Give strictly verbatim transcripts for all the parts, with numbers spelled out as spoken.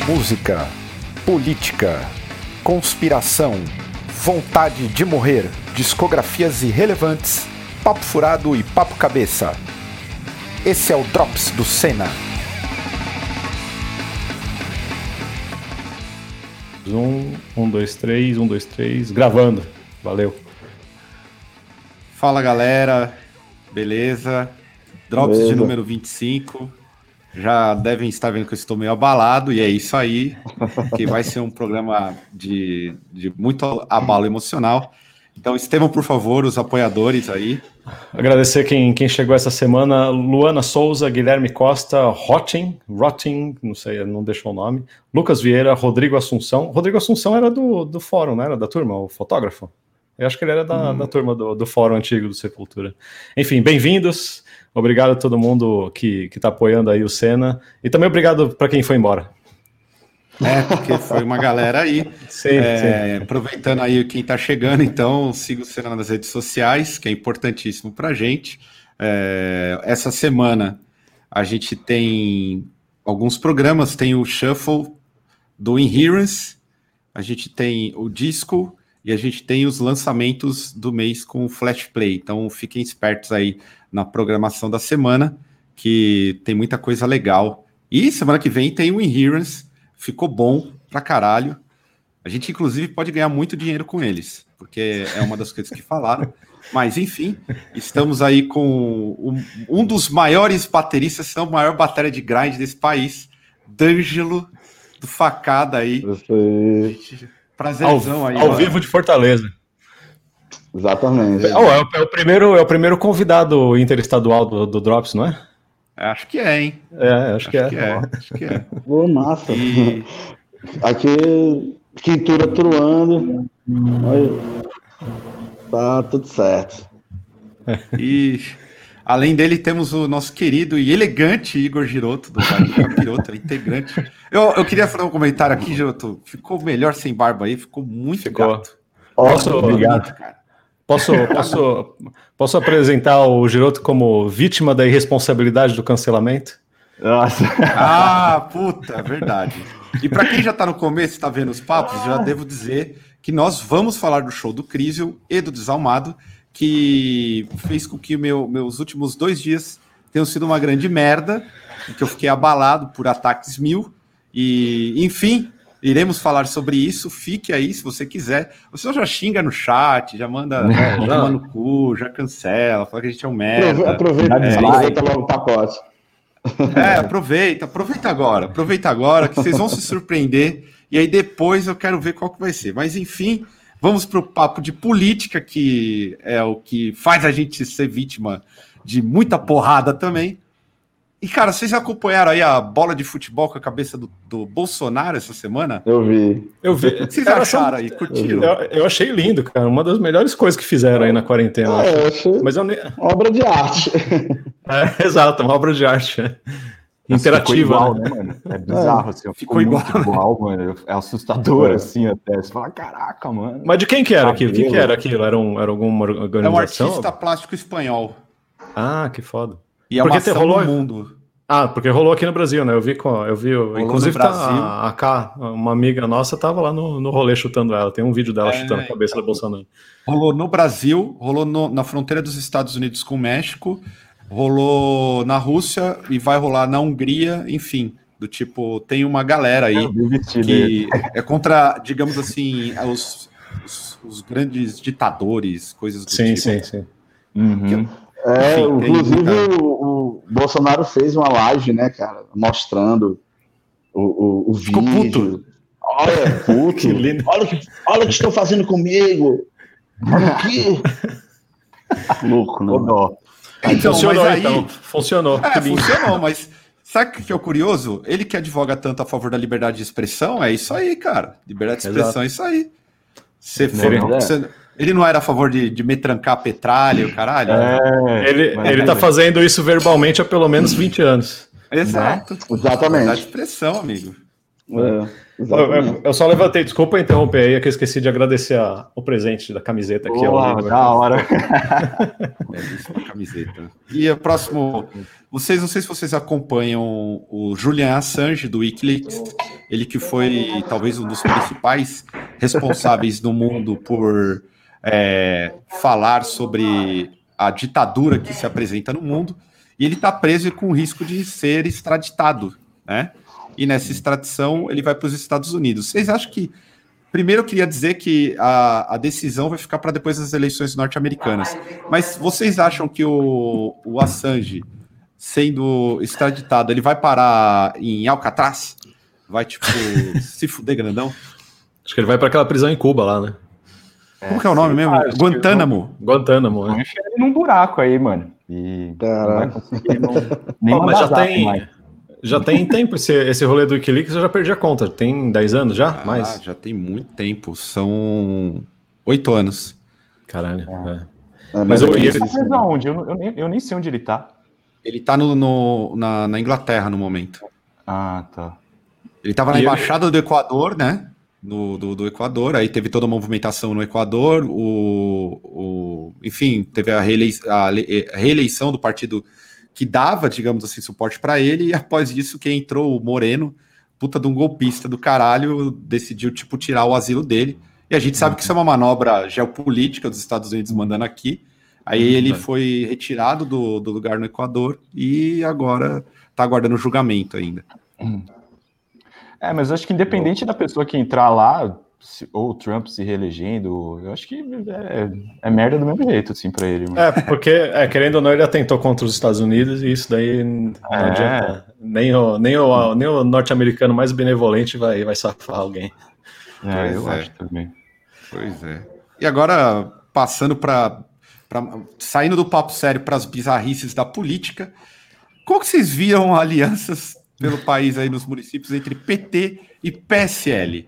Música, política, conspiração, vontade de morrer, discografias irrelevantes, papo furado e papo cabeça. Esse é o Drops do Senna. Um, um, dois, três, um, dois, três, gravando. Valeu. Fala galera, beleza? Drops beleza. De número vinte e cinco. Já devem estar vendo que eu estou meio abalado, e é isso aí, que vai ser um programa de, de muito abalo emocional. Então, Estevão, por favor, os apoiadores aí. Agradecer quem, quem chegou essa semana: Luana Souza, Guilherme Costa, Rotin, Rotin, não sei, não deixou o nome, Lucas Vieira, Rodrigo Assunção. Rodrigo Assunção era do, do fórum, né? Era da turma, o fotógrafo. Eu acho que ele era da, hum. da turma do, do fórum antigo do Sepultura. Enfim, bem-vindos. Obrigado a todo mundo que está apoiando aí o Senna. E também obrigado para quem foi embora. É, porque foi uma galera aí. Sim, é, sim. Aproveitando aí quem está chegando, então siga o Senna nas redes sociais, que é importantíssimo para a gente. É, essa semana a gente tem alguns programas, tem o Shuffle do Inherence, a gente tem o Disco e a gente tem os lançamentos do mês com o Flash Play. Então fiquem espertos aí na programação da semana, que tem muita coisa legal. E semana que vem tem o Inherence, ficou bom pra caralho. A gente, inclusive, pode ganhar muito dinheiro com eles, porque é uma das coisas que falaram. Mas, enfim, estamos aí com um, um dos maiores bateristas, se não a maior bateria de grind desse país, D'Angelo, do Facada aí. Prazerzão ao, aí. Ao mano. Vivo de Fortaleza. Exatamente. Oh, é, o, é, o primeiro, é o primeiro convidado interestadual do, do Drops, não é? Acho que é, hein? É, acho, acho que, é. que é. Acho que é. Pô, massa. E... Aqui, quintura truando. Tá tudo certo. E além dele, temos o nosso querido e elegante Igor Giroto, do Capiroto, integrante. Eu, eu queria fazer um comentário aqui, Giroto. Ficou melhor sem barba aí, ficou muito ficou. gato. Posso, obrigado, cara. Posso, posso, posso apresentar o Giroto como vítima da irresponsabilidade do cancelamento? Nossa. Ah, puta, verdade. E para quem já tá no começo, está vendo os papos, já devo dizer que nós vamos falar do show do Crisium e do Desalmado, que fez com que meu, meus últimos dois dias tenham sido uma grande merda, que eu fiquei abalado por ataques mil, e enfim... Iremos falar sobre isso, fique aí se você quiser. Você já xinga no chat, já manda é, já manda no cu, já cancela, fala que a gente é um merda. Aproveita, é, aproveita logo o pacote. É, aproveita, aproveita agora, aproveita agora, que vocês vão se surpreender, e aí depois eu quero ver qual que vai ser. Mas enfim, vamos para o papo de política, que é o que faz a gente ser vítima de muita porrada também. E, cara, vocês acompanharam aí a bola de futebol com a cabeça do, do Bolsonaro essa semana? Eu vi. Eu vi. O que vocês cara, acharam aí? Curtiram? Eu, eu achei lindo, cara. Uma das melhores coisas que fizeram aí na quarentena. É, eu achei Mas eu nem... obra de arte. É, exato, uma obra de arte. Interativa. Igual, né? né, mano? É bizarro, assim. Ficou, ficou igual. igual, mano. É assustador, é. assim, até. Você fala, caraca, mano. Mas de quem que era aquilo? O que, que era aquilo? Era, um, era alguma organização? É um artista plástico espanhol. Ah, que foda. E é uma ação rolou... no mundo. Ah, porque rolou aqui no Brasil, né? Eu vi, com, eu vi, rolou inclusive tá, a, a K, uma amiga nossa, tava lá no, no rolê chutando ela. Tem um vídeo dela é, chutando a cabeça então, da Bolsonaro. Rolou no Brasil, rolou no, na fronteira dos Estados Unidos com o México, rolou na Rússia e vai rolar na Hungria, enfim, do tipo, tem uma galera aí que é contra, digamos assim, os, os, os grandes ditadores, coisas do sim, tipo. Sim, sim, sim. Uhum. É, enfim, inclusive tem, o, o Bolsonaro fez uma live, né, cara, mostrando o, o, o vídeo. Puto. Olha, puto. Que lindo. Olha o que, olha que estão fazendo comigo. Olha aqui. Louco, né? Então, funcionou, mas aí, então. Funcionou. É, funcionou, mas sabe o que é o curioso? Ele que advoga tanto a favor da liberdade de expressão, é isso aí, cara. Liberdade de expressão Exato. É isso aí. Você for, é. você, ele não era a favor de, de metrancar a petralha, o caralho? É, ele, ele tá fazendo isso verbalmente há pelo menos vinte anos. Exato. Né? Exatamente. Liberdade de expressão, amigo. É. Eu, eu só levantei, desculpa interromper aí, é que eu esqueci de agradecer a, o presente da camiseta aqui. Boa, ó, da hora. Belíssima camiseta. E o próximo, vocês, não sei se vocês acompanham o Julian Assange do Wikileaks, ele que foi talvez um dos principais responsáveis no mundo por é, falar sobre a ditadura que se apresenta no mundo, e ele está preso e com risco de ser extraditado, né? E nessa extradição ele vai para os Estados Unidos. Vocês acham que... Primeiro eu queria dizer que a, a decisão vai ficar para depois das eleições norte-americanas. Mas vocês acham que o, o Assange, sendo extraditado, ele vai parar em Alcatraz? Vai, tipo, se fuder grandão? Acho que ele vai para aquela prisão em Cuba lá, né? Como que é o nome mesmo? Ah, Guantánamo. Guantánamo, né? Vamos enfiar ele num buraco aí, mano. E não vai conseguir não, nem Pô, mas já mandar tem... mais. Já tem tempo esse, esse rolê do Wikileaks, eu já perdi a conta. Tem dez anos já? Ah, Mais? já tem muito tempo. São oito anos. Caralho. É. É, Mas eu, é e ele, Ele tá preso aonde? Eu, não- eu, nem, eu nem sei onde ele tá. Ele tá no, no- na, na Inglaterra no momento. Ah, tá. Ele tava na E ele- Embaixada do Equador, né? No, do, do Equador, aí teve toda a movimentação no Equador, o, o, enfim, teve a, reelei, a, le- a reeleição do partido que dava, digamos assim, suporte para ele, e após isso, quem entrou, o Moreno, puta de um golpista do caralho, decidiu, tipo, tirar o asilo dele. E a gente sabe que isso é uma manobra geopolítica dos Estados Unidos mandando aqui. Aí ele foi retirado do, do lugar no Equador e agora tá aguardando julgamento ainda. É, mas eu acho que independente da pessoa que entrar lá, se- ou o Trump se reelegendo, eu acho que é, é merda do mesmo jeito, assim, pra ele. Mano. é, porque, é, querendo ou não, ele atentou contra os Estados Unidos e isso daí não É. adianta. Nem o, nem o, nem o norte-americano mais benevolente vai, vai safar alguém. É, Pois eu é. acho também. Pois é. E agora, passando para... saindo do papo sério para as bizarrices da política, como que vocês viram alianças pelo país aí nos municípios entre P T e P S L?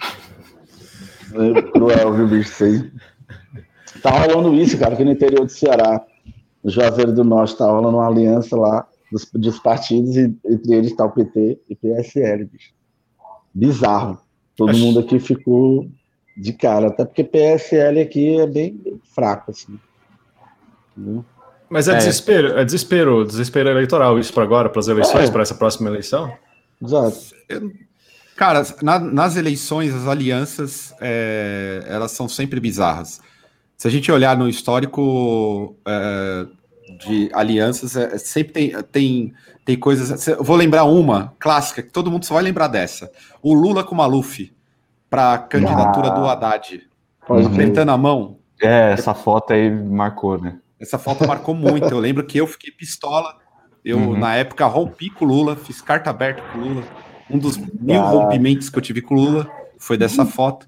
É cruel, viu, bicho? Isso aí. Tá rolando isso, cara, aqui no interior do Ceará. No Juazeiro do Norte tá rolando uma aliança lá dos, dos partidos, e entre eles tá o P T e P S L, bicho. Bizarro. Todo Acho- mundo aqui ficou de cara, até porque P S L aqui é bem, bem fraco, assim. Entendeu? Mas é, É. desespero, é desespero, desespero eleitoral isso para agora, para as eleições, É. para essa próxima eleição? Exato. Cara, na- nas eleições, as alianças, é, elas são sempre bizarras. Se a gente olhar no histórico é, de alianças, é, sempre tem, tem, tem coisas... Eu vou lembrar uma clássica, que todo mundo só vai lembrar dessa. O Lula com o Maluf para a candidatura Ah. do Haddad. Pode crer. Apertando a mão. É, essa foto aí marcou, né? Essa foto marcou muito. Eu lembro que eu fiquei pistola. Eu, Uhum. na época, rompi com o Lula, fiz carta aberta com o Lula. Um dos mil Ah. rompimentos que eu tive com o Lula foi dessa foto.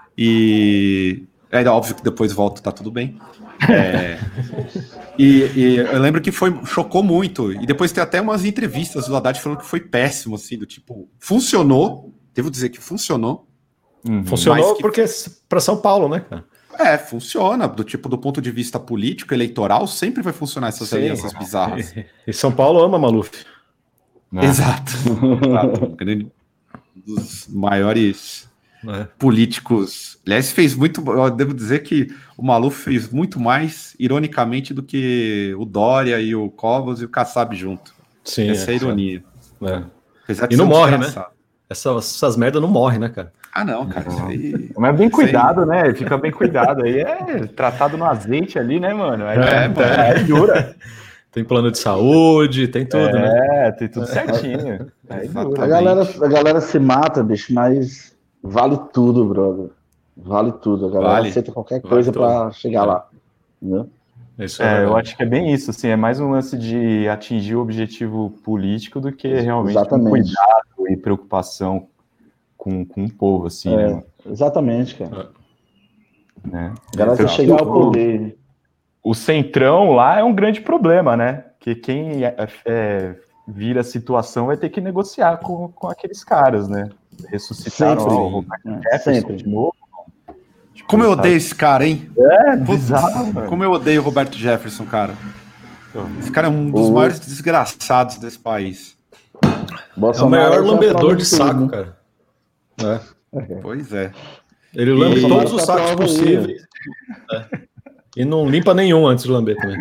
E é óbvio que depois volto, tá tudo bem. É, e, e eu lembro que foi, chocou muito. E depois tem até umas entrevistas do Haddad falando que foi péssimo, assim, do tipo, funcionou. Devo dizer que funcionou. Uhum. Funcionou Mais que- porque para São Paulo, né, cara? É, funciona. Do tipo, do ponto de vista político, eleitoral, sempre vai funcionar essas Sim. alianças bizarras. E, e São Paulo ama Maluf. Né? Exato. Exato. Um grande- um dos maiores Né? políticos. Aliás, fez muito. Eu devo dizer que o Maluf fez muito mais, ironicamente, do que o Dória e o Covas e o Kassab junto. Sim, Essa é a ironia. é. Apesar de E ser não um morre, né? desgraçado. Essas, essas merdas não morrem, né, cara? Ah, não, cara. Isso aí. Mas bem Isso aí. cuidado, né? Fica bem cuidado. Aí é tratado no azeite ali, né, mano? Aí, É, mano, aí dura. Tem plano de saúde, tem tudo, né? É, tem tudo certinho. Aí A dura. galera, a galera se mata, bicho, mas vale tudo, brother. Vale tudo. A galera Vale. aceita qualquer Vale coisa tudo. pra chegar É. lá. Entendeu? Isso É, eu verdade. acho que é bem isso, assim, é mais um lance de atingir o objetivo político do que realmente um Exatamente. cuidado e preocupação com, com o povo, assim, É. né? Exatamente, cara. né? A galera quer Então, chegar ao o- poder. O centrão lá é um grande problema, né? Que quem é, é, vira a situação vai ter que negociar com, com aqueles caras, né? Ressuscitaram Sempre. lá o Roberto É, Jefferson sempre. de novo. Tipo, Como eu sabe? odeio esse cara, hein? É, Putz, bizarro, mano. como eu odeio o Roberto Jefferson, cara. Esse cara é um dos O- maiores desgraçados desse país. É o Bolsonaro maior já lambedor falou de tudo, saco, né? cara. É. Pois é. Ele lambe E- todos os Tá sacos prova aí, possíveis. É. E não limpa nenhum antes de lamber também.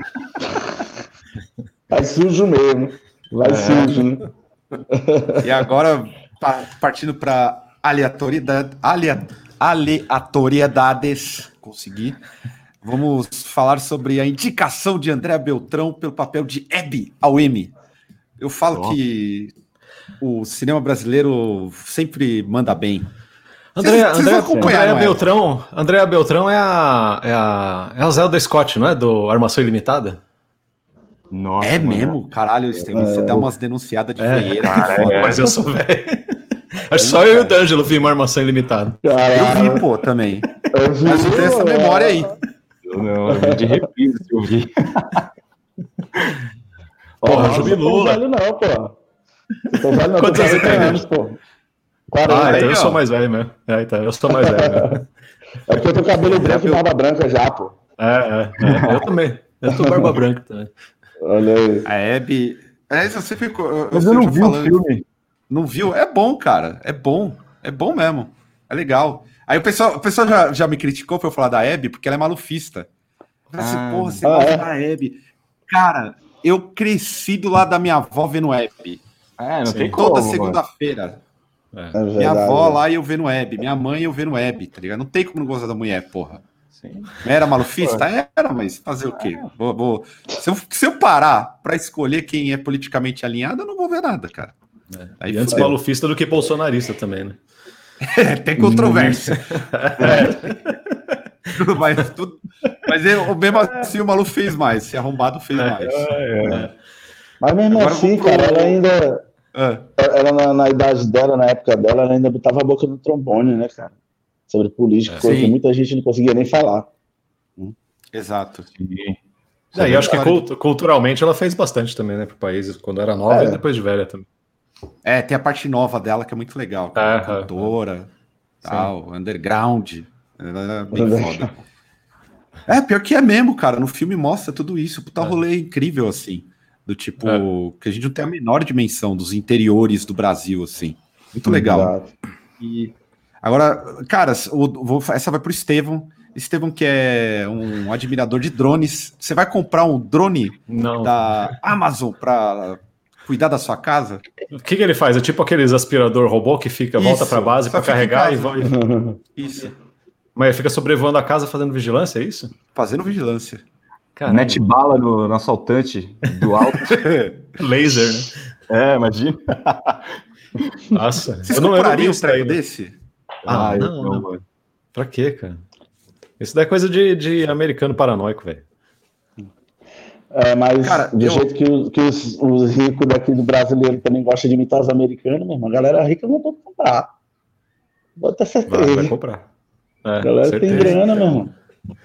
Vai sujo mesmo. Vai É. sujo, né? E agora, pa- partindo para aleatoriedade, alea- aleatoriedades, consegui. Vamos falar sobre a indicação de André Beltrão pelo papel de Hebe ao M. Eu falo Ó. que o cinema brasileiro sempre manda bem. André, Vocês- vocês André, acompanharam Andréa ela? Beltrão, Andréa Beltrão é a, é a, é a Zelda Scott, não é? Do Armação Ilimitada? Nossa, É mano. mesmo? Caralho, Estevam, você dá umas denunciadas de É, veieira. cara, que foda. é. Mas eu sou velho. Acho que só eu e o D'Angelo vimos Armação Ilimitada. Eu vi, pô, também. Eu vi, Mas eu tenho essa memória aí. Eu não, eu vi de reprise que eu vi. Porra, Nossa, Jubilula. Eu não tô velho, não, pô. Eu tô velho, não. Quantos eu tô anos você tem, quarenta anos, pô. quarenta. Ah, então aí, eu ó. sou mais velho mesmo. É, então, eu sou mais velho mesmo. É porque eu tô cabelo branco e barba branca já, pô. É, é, é. Eu também. Eu tô barba branca também. Olha aí. A Hebe. É, você ficou. Eu, Mas eu eu não já vi o falando. filme. Não viu? É bom, cara. É bom. É bom mesmo. É legal. Aí o pessoal, o pessoal já, já me criticou pra eu falar da Hebe, porque ela é malufista. Eu falei assim, Ah. porra, você Ah, gosta é? da Hebe. Cara, eu cresci do lado da minha avó vendo Hebe. É, não Sim. tem como. Toda mano. segunda-feira. É. É verdade. Minha avó lá e eu vendo Hebe. Minha mãe eu vendo Hebe, tá ligado? Não tem como não gostar da mulher, porra. Sim. Era malufista? Era, mas fazer o quê? Vou, vou- Se, eu, se eu parar pra escolher quem é politicamente alinhado, eu não vou ver nada, cara. Aí E antes fudeu. malufista do que bolsonarista também, né? Tem controvérsia. Tudo mais, tudo- Mas eu, mesmo assim o Malu fez mais. Se arrombado fez mais. Mas mesmo Agora assim, vamos pro- cara, ela ainda. Ah, Ela, na, na idade dela, na época dela, ela ainda botava a boca no trombone, né, cara? Sobre política, É. coisa que Sim. muita gente não conseguia nem falar. exato. Sim. É, e acho que verdade. cultu- culturalmente ela fez bastante também, né, pro país, quando era nova É. e depois de velha também. É, tem a parte nova dela que é muito legal. Ah, Cara. ah, Cantora, tal, underground. Ela é bem foda. É, pior que é mesmo, cara. No filme mostra tudo isso. Puta É. rolê incrível, assim. Do tipo, É. que a gente não tem a menor dimensão dos interiores do Brasil, assim. Muito legal. Exato. E agora, caras, o- vou- essa vai pro Estevão. Estevão, que é um admirador de drones. Você vai comprar um drone Não. da Amazon para cuidar da sua casa? O que, que ele faz? É tipo aqueles aspirador robô que fica, Isso, volta pra base só pra fica em carregar e casa. vai. Isso. Mas ele fica sobrevoando a casa fazendo vigilância, é isso? Fazendo vigilância. Caramba. Mete bala no, no assaltante do alto. Laser, né? É, imagina. Nossa, Vocês eu não, eu não vi comprariam um isso daí, treco né? desse? Ah, Ah, eu não, não, não. mano. Pra quê, cara? Isso daí é coisa de, de americano paranoico, velho. É, mas Cara, do eu- jeito que, os, que os, os ricos daqui do brasileiro também gostam de imitar os americanos, meu irmão, a galera rica não pode comprar. Bota Vai, certeza. vai comprar. É, A galera certeza. tem grana, meu irmão.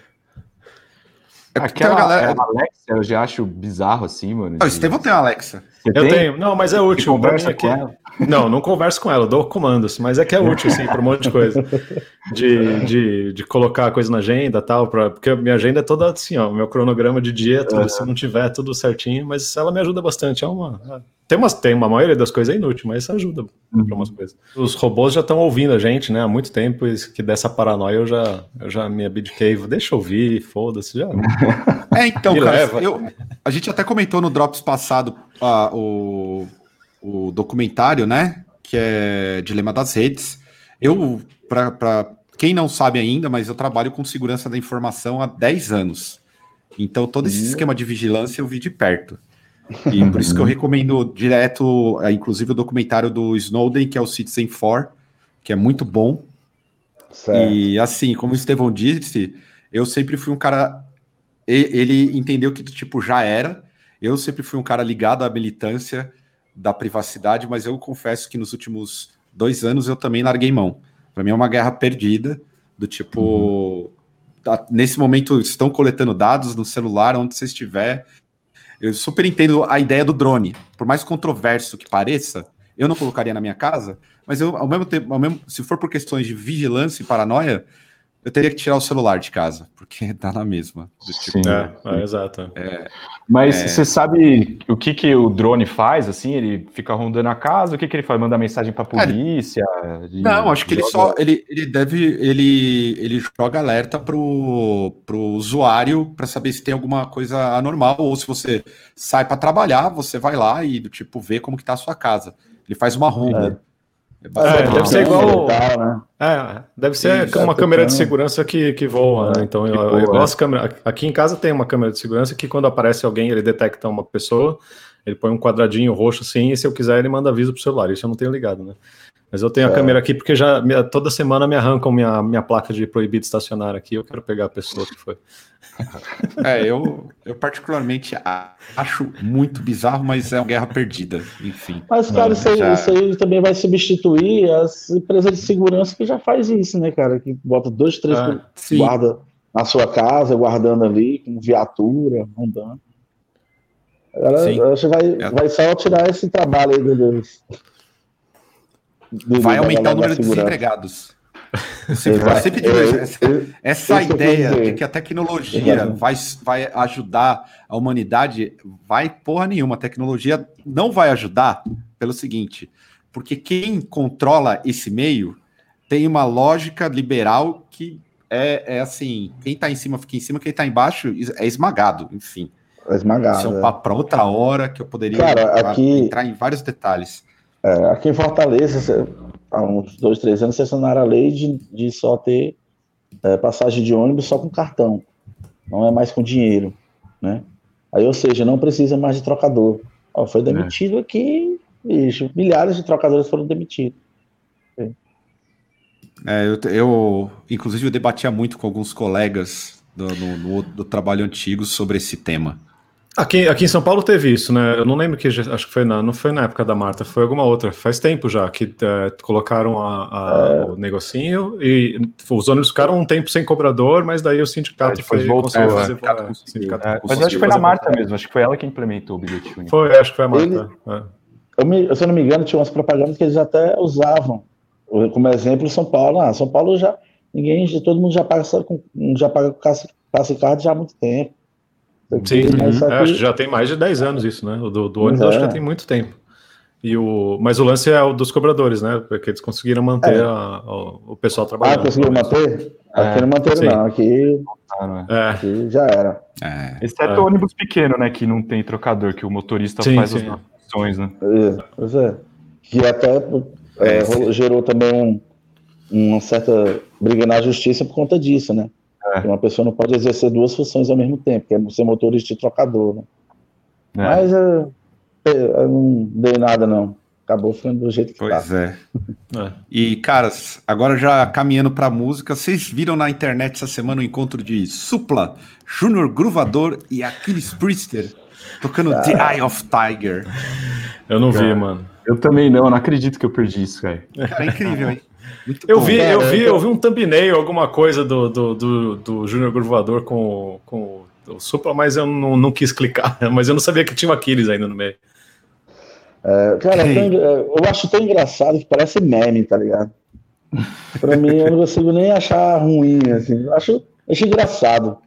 É porque tem Aquela uma galera. a Alexa, eu já acho bizarro assim, mano. Ah, o Estevão tem uma Alexa. Você Eu tem? tenho. Não, mas é Você útil. Pra mim conversa é que- com ela? Não, não converso com ela, eu dou comandos, mas é que é útil, assim, para um monte de coisa. De, de, de colocar coisa na agenda e tal, pra, porque a minha agenda é toda assim, ó, meu cronograma de dia, tudo, se não tiver tudo certinho, mas ela me ajuda bastante. É uma, tem, umas, tem uma maioria das coisas é inútil, mas isso ajuda para umas coisas. Os robôs já estão ouvindo a gente, né, há muito tempo, e que dessa paranoia eu já, eu já me abdiquei, deixa eu ouvir, foda-se, já. É, então, Me cara, leva. eu, a gente até comentou no Drops passado ah, o, o documentário, né? Que é Dilema das Redes. Eu, para quem não sabe ainda, mas eu trabalho com segurança da informação há dez anos. Então, todo esse esquema de vigilância eu vi de perto. E por isso que eu recomendo direto, eh, inclusive, o documentário do Snowden, que é o Citizen quatro, que é muito bom. Certo. E assim, como o Estevão disse, eu sempre fui um cara. e- Ele entendeu que, tipo, já era. Eu sempre fui um cara ligado à militância da privacidade, mas eu confesso que nos últimos dois anos eu também larguei mão. Para mim é uma guerra perdida, do tipo. tá- nesse momento estão coletando dados no celular, onde você estiver. Eu super entendo a ideia do drone. Por mais controverso que pareça, eu não colocaria na minha casa, mas eu, ao mesmo tempo, ao mesmo, se for por questões de vigilância e paranoia, eu teria que tirar o celular de casa, porque dá na mesma. Do tipo, Sim, é, é, exato. É, Mas é... você sabe o que, que o drone faz, assim? Ele fica rondando a casa? O que, que ele faz? Manda mensagem pra polícia? De... Não, acho que ele só, ele, ele deve, ele, ele joga alerta pro, pro usuário para saber se tem alguma coisa anormal, ou se você sai para trabalhar, você vai lá e, do tipo, vê como que tá a sua casa. Ele faz uma ronda. É. É, deve ser igual. Tal, né? É, deve ser Isso, uma é câmera de tocando. segurança que, que voa, né? Então, eu, voa, eu é. gosto de câmera. Aqui em casa tem uma câmera de segurança que, quando aparece alguém, ele detecta uma pessoa, ele põe um quadradinho roxo assim, e se eu quiser, ele manda aviso pro celular. Isso eu não tenho ligado, né? Mas eu tenho a É. câmera aqui porque já toda semana me arrancam minha, minha placa de proibido estacionar aqui. Eu quero pegar a pessoa que foi. É, eu, eu particularmente acho muito bizarro, mas é uma guerra perdida, enfim. Mas, cara, isso aí, já... isso aí também vai substituir as empresas de segurança que já faz isso, né, cara? Que bota dois, três Ah, sim. guarda na sua casa, guardando ali, com viatura, rondando. Agora, Sim. eu acho que vai, É. vai só tirar esse trabalho aí do, dos- do- Vai da aumentar galera o número da de segurança. desempregados. Eu sempre, eu Exato. sempre digo É, isso, é, essa, essa isso que eu ideia quis dizer. de que a tecnologia Exato. vai, vai ajudar a humanidade, vai porra nenhuma. A tecnologia não vai ajudar pelo seguinte, porque quem controla esse meio tem uma lógica liberal que é, é assim, quem tá em cima fica em cima, quem tá embaixo é esmagado, enfim. É esmagado. Isso é um é. papo para outra hora que eu poderia Cara, aqui- entrar em vários detalhes. É, aqui em Fortaleza, cê- há uns dois, três anos, sancionaram a lei de, de só ter é, passagem de ônibus só com cartão, não é mais com dinheiro, né? Aí, ou seja, não precisa mais de trocador. Ó, foi demitido aqui, bicho, milhares de trocadores foram demitidos. É, eu, eu, inclusive, eu debatia muito com alguns colegas do, no- no- do trabalho antigo sobre esse tema. Aqui, aqui em São Paulo teve isso, né? Eu não lembro que, já- acho que foi na, não foi na época da Marta, foi alguma outra. Faz tempo já que é, colocaram a, a- É. o negocinho e os ônibus ficaram um tempo sem cobrador, mas daí o sindicato É, depois foi, voltou, conseguiu é, fazer. o sindicato é, conseguiu. sindicato É, mas conseguiu acho que foi na fazer Marta voltar. mesmo, acho que foi ela que implementou o bilhete único. Foi, acho que foi a Marta. Ele- é. Eu me- se eu não me engano, tinha umas propagandas que eles até usavam, como exemplo, São Paulo. Ah, São Paulo já, ninguém, todo mundo já paga, com, já paga com Classe- Classicard já há muito tempo. Sim, Mas só é, que- acho que já tem mais de dez anos isso, né? O do, do ônibus Pois acho que é. já tem muito tempo. E o, mas o lance é o dos cobradores, né? Porque eles conseguiram manter É. a- o, o pessoal Ah, trabalhando. conseguiram pelo menos. manter? Aqui É, não manteram, sim. não. Aqui, Ah, não é? É, aqui já era. É, Exceto É. o ônibus pequeno, né? Que não tem trocador, que o motorista Sim, faz sim. as funções, né? É, Pois é. Que até é, É, rolou- gerou também um, uma certa briga na justiça por conta disso, né? É. Que uma pessoa não pode exercer duas funções ao mesmo tempo, que é ser motorista e trocador, né? É. Mas é, é, eu não dei nada, não. Acabou ficando do jeito que tá. pois é. é. E, caras, agora já caminhando pra música, vocês viram na internet essa semana o encontro de Supla, Júnior Gruvador e Aquiles Priester tocando The Eye of Tiger. Eu não vi, Cara. mano. Eu também não, eu não acredito que eu perdi isso, velho. Cara, é incrível, hein? Muito Eu bom. vi, cara, eu vi, eu- eu vi um thumbnail, alguma coisa do, do, do, do Júnior Gruvador com, com o Supla, mas eu não, não quis clicar. Mas eu não sabia que tinha o Aquiles ainda no meio. É, cara, é tão engra- eu acho tão engraçado que parece meme, tá ligado? Pra mim, eu não consigo nem achar ruim, assim. Eu acho, acho engraçado.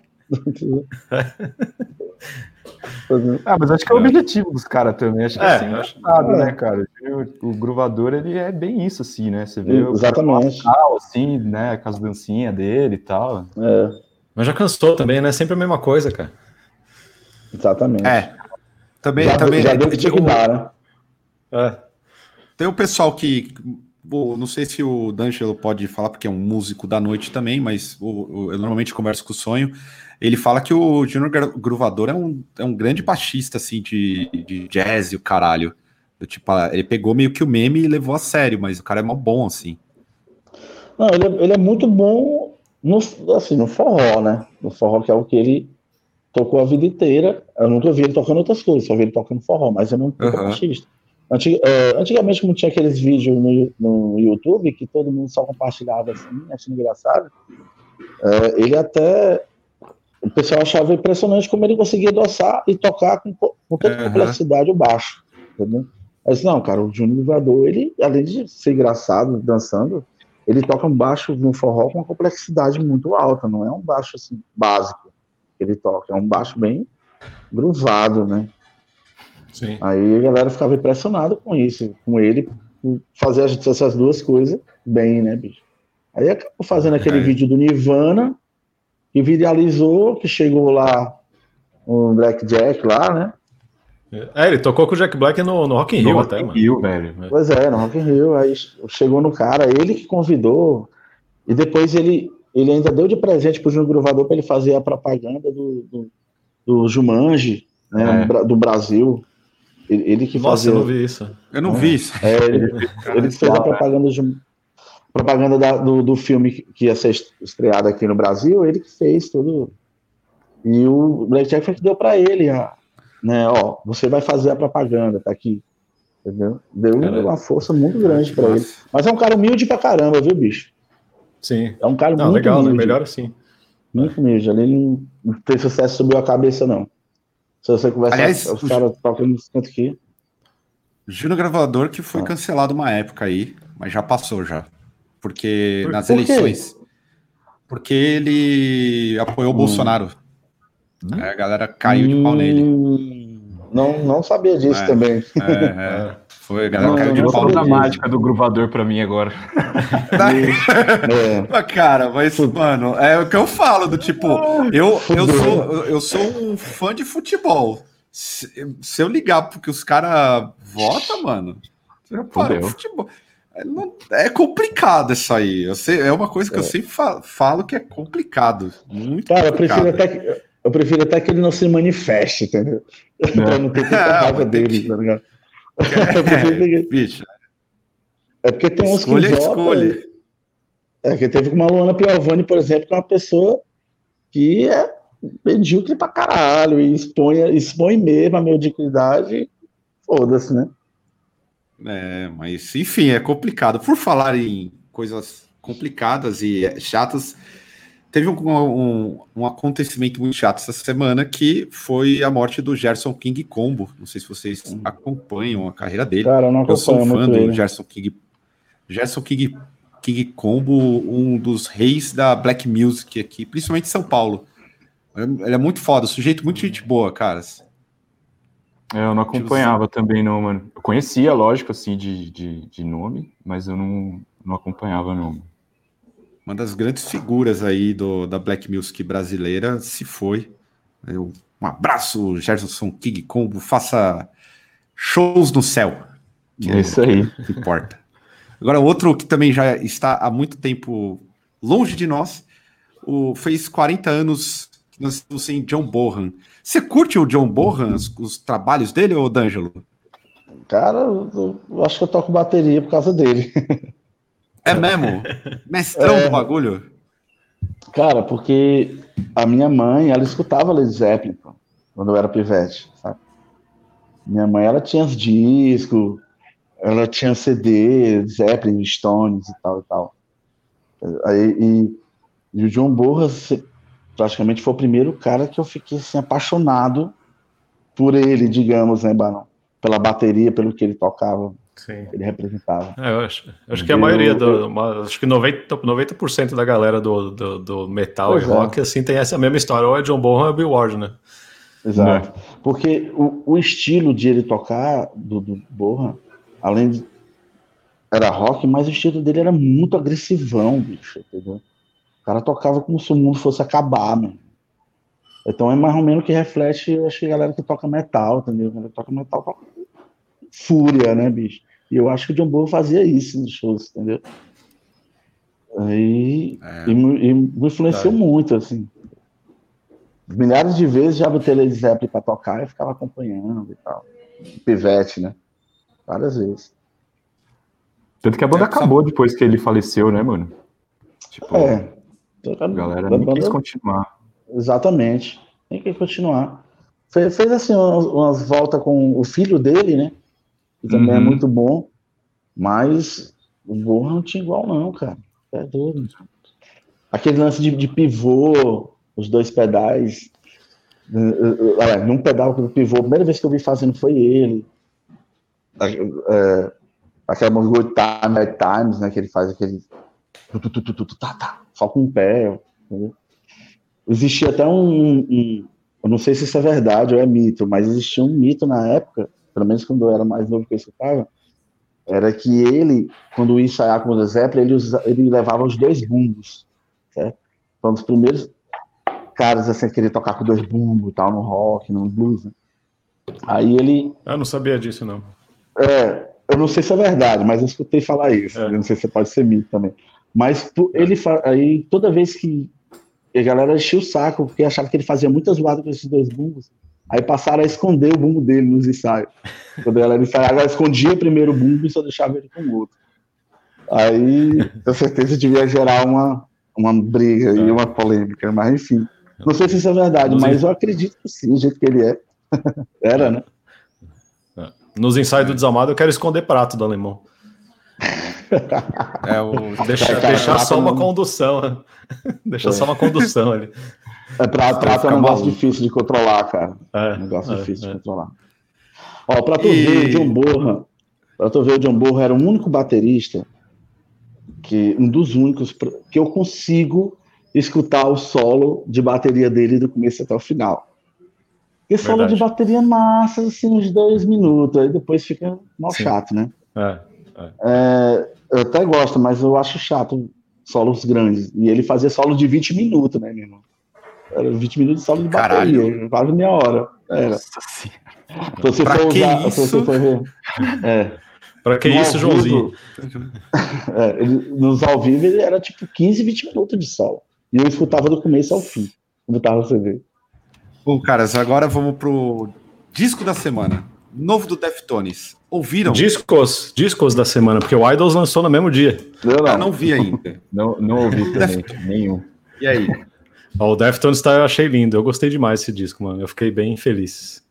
Ah, mas acho que é o objetivo dos caras também. Acho que é, É, assim, acho- engraçado, é. né, cara? O, o gruvador, ele é bem isso, assim, né? Você vê o Exatamente. cara assim, né? Com as dancinhas dele e tal. É, Mas já cansou também, né? Sempre a mesma coisa, cara. exatamente. É. Também, já, também já deu o que tinha que dar, né? É. tem o pessoal que. Bom, não sei se o D'Angelo pode falar, porque é um músico da noite também, mas o, o- eu normalmente converso com o Sonho. Ele fala que o Júnior Gru- Gruvador é um, é um grande baixista, assim, de, de jazz e o caralho. Do tipo, ah, ele pegou meio que o meme e levou a sério, mas o cara é mó bom, assim. Não, ele é, ele é muito bom no, assim, no forró, né? No forró, que é o que ele tocou a vida inteira. Eu nunca vi ele tocando outras coisas, só vi ele tocando forró, mas eu não sou Aham. baixista. Antig, é, antigamente, como tinha aqueles vídeos no, no YouTube, que todo mundo só compartilhava assim, achando engraçado, é, ele até. O pessoal achava impressionante como ele conseguia dançar e tocar com, com toda Aham. complexidade o baixo. Entendeu? Mas não, cara, o Júnior Gruvador, ele, além de ser engraçado dançando, ele toca um baixo no forró com uma complexidade muito alta, não é um baixo assim, básico que ele toca, é um baixo bem groovado, né? Sim. Aí a galera ficava impressionada com isso, com ele fazer essas duas coisas bem, né, bicho? Aí acabou fazendo aquele É. vídeo do Nirvana, que viralizou, que chegou lá o Black Jack lá, né? É, ele tocou com o Jack Black no, no Rock in Rio No até, Rock in mano. Rio, velho. Pois é, no Rock in Rio, aí chegou no cara, ele que convidou, e depois ele, ele ainda deu de presente pro Júnior Gruvador para ele fazer a propaganda do, do, do Jumanji, né, É. do Brasil. Ele, ele que Nossa, fazia... eu não vi isso. Eu não É. vi isso. É, ele, ele que fez a propaganda, do, propaganda da, do, do filme que ia ser estreado aqui no Brasil, ele que fez tudo. E o Black Jack foi que deu para ele, a, né, ó, você vai fazer a propaganda, tá aqui. Entendeu? Deu Cara, uma força muito grande para ele. Nossa. Mas é um cara humilde pra caramba, viu, bicho? Sim. É um cara Não, muito legal, né? humilde. Melhor assim. Muito humilde. Ele não, não tem sucesso, subiu a cabeça, não. Se você conversar, Aliás, os o- caras tocam no canto aqui. Júnior Gravador que foi Ah. cancelado uma época aí, mas já passou já. Porque Por- nas por quê? eleições. Porque ele apoiou o Hum. Bolsonaro. Aí a galera caiu de pau nele. Hum, Não, não sabia disso É. também. É, é. Foi, a galera Não, caiu de não pau Toda a sabia nele. mágica do gruvador pra mim agora. É. Mas, cara, mas, mano, é o que eu falo, do tipo, eu, eu, sou, eu sou um fã de futebol. Se, se eu ligar porque os caras votam, mano, você já parou Fudeu. o futebol. É, não- é complicado isso aí. Eu sei, é uma coisa que eu sempre fa- falo que é complicado. Muito Cara, eu complicado. prefiro, até que, eu prefiro até que ele não se manifeste, entendeu? Pra não ter tanta É, raiva mas tem dele, que- tá ligado? Eu prefiro É, que- bicho, É porque tem uns que escolha é votam. escolha. É que teve com uma Luana Piovani, por exemplo, que é uma pessoa que é medíocre pra caralho e expõe, expõe mesmo a mediocridade. Foda-se, né? É, mas enfim, é complicado. Por falar em coisas complicadas e chatas, teve um, um, um acontecimento muito chato essa semana que foi a morte do Gerson King Combo. Não sei se vocês acompanham a carreira dele. Cara, eu não Eu sou acompanho fã muito do ele. Gerson King. Gerson King, King Combo, um dos reis da Black Music aqui, principalmente em São Paulo. Ele é muito foda, sujeito muito gente boa, caras. É, eu não acompanhava também, não, mano. Eu conhecia, lógico, assim, de, de, de nome, mas eu não, não acompanhava, não. Uma das grandes figuras aí do, da Black Music brasileira se foi. Eu, um abraço, Gerson King Combo. Faça shows no céu. Que É isso aí. que importa. Agora, outro que também já está há muito tempo longe de nós, o, fez quarenta anos que nós estamos sem John Bonham. Você curte o John Bonham, os, os trabalhos dele, ou D'Angelo? Cara, eu, eu acho que eu toco bateria por causa dele. É mesmo? Mestrão É. do bagulho? Cara, porque a minha mãe, ela escutava Led Zeppelin pô, quando eu era pivete, sabe? Minha mãe, ela tinha os discos, ela tinha C D, Zeppelin, Stones e tal e tal. Aí, e, e o John Bonham se- praticamente foi o primeiro cara que eu fiquei assim, apaixonado por ele, digamos, né, Barão? Pela bateria, pelo que ele tocava, Sim. ele representava. É, eu acho, eu acho que a Eu- maioria, do, uma- acho que noventa, noventa por cento da galera do, do, do metal Pois e é. rock assim, tem essa mesma história, ou é John Bonham ou é Bill Ward, né? Exato. Porque o, o estilo de ele tocar, do, do Bonham, além de. Era rock, mas o estilo dele era muito agressivão, bicho, entendeu? O cara tocava como se o mundo fosse acabar, mano. Então é mais ou menos o que reflete, eu acho que a galera que toca metal, entendeu? A galera que toca metal toca com fúria, né, bicho? E eu acho que o John Bonham fazia isso nos shows, entendeu? Aí, É. e, me- e me influenciou Tá. muito, assim. Milhares de vezes já botei Led Zeppelin pra tocar e ficava acompanhando e tal. Pivete, né? Várias vezes. Tanto que a banda É, só- acabou depois que ele faleceu, né, mano? Tipo, É. a galera Da nem banda- quis continuar. Exatamente. Tem que continuar. Fez, fez assim umas, umas voltas com o filho dele, né? Que também é Uhum. muito bom. Mas o Bonham não tinha igual, não, cara. É doido. Aquele lance de, de pivô, os dois pedais. Uh, uh, uh, é, num pedal com o pivô, a primeira vez que eu vi fazendo foi ele. É, aquela música Good Time at Times, né? Que ele faz aquele, Tu, tu, tu, tu, tu, tu, tá, tá, só com o pé. Entendeu? Existia até um, um. Eu não sei se isso é verdade ou é mito, mas existia um mito na época, pelo menos quando eu era mais novo que eu escutava, era que ele, quando ia ensaiar com o Led Zeppelin, ele, usa, ele levava os dois bumbos, certo? Foi um dos primeiros caras assim, a querer tocar com dois bumbos e tal, no rock, no blues, né? Aí ele... Eu não sabia disso, não. É, eu não sei se é verdade, mas eu escutei falar isso. É. Eu não sei se pode ser mito também. Mas ele aí, toda vez que a galera enchia o saco, porque achava que ele fazia muita zoada com esses dois bumbos, aí passaram a esconder o bumbo dele nos ensaios. Quando a galera ensaiava, ela escondia primeiro o bumbo e só deixava ele com o outro. Aí, com certeza, devia gerar uma, uma briga é. e uma polêmica, mas enfim. Não sei se isso é verdade, Nos mas in... eu acredito que sim, do jeito que ele é. Era, né? Nos ensaios do Desalmado, eu quero esconder prato do alemão. É o... Deixar, cara, deixar só não... uma condução, né? Deixar é. só uma condução ali. É, pra, prato é um negócio maluco. difícil de controlar, cara. É, um negócio é, difícil é. de controlar. Ó, pra tu e... ver, o John Bonham, pra tu ver, o John Bonham era o único baterista, que, um dos únicos, que eu consigo escutar o solo de bateria dele do começo até o final. Porque solo de bateria massa, assim, uns dois minutos, aí depois fica mal Sim. chato, né? É, é. É, eu até gosto, mas eu acho chato solos grandes. E ele fazia solo de vinte minutos, né, meu irmão? Era vinte minutos de solo de bateria, Caralho. quase meia hora. Era. Nossa senhora. Se você pra for que usar, isso? se você for ver. É. Pra que no isso, Joãozinho? É, ele, nos ao vivo ele era tipo quinze, vinte minutos de solo. E eu escutava do começo ao fim. Como tava você ver. Bom, caras, agora vamos pro disco da semana. Novo do Deftones. Ouviram? Discos, discos da semana, porque o Idols lançou no mesmo dia. Eu não, ah, não vi ainda. não, não ouvi também, nenhum. E aí? Ó, o Deftones tá, eu achei lindo. Eu gostei demais desse disco, mano. Eu fiquei bem feliz.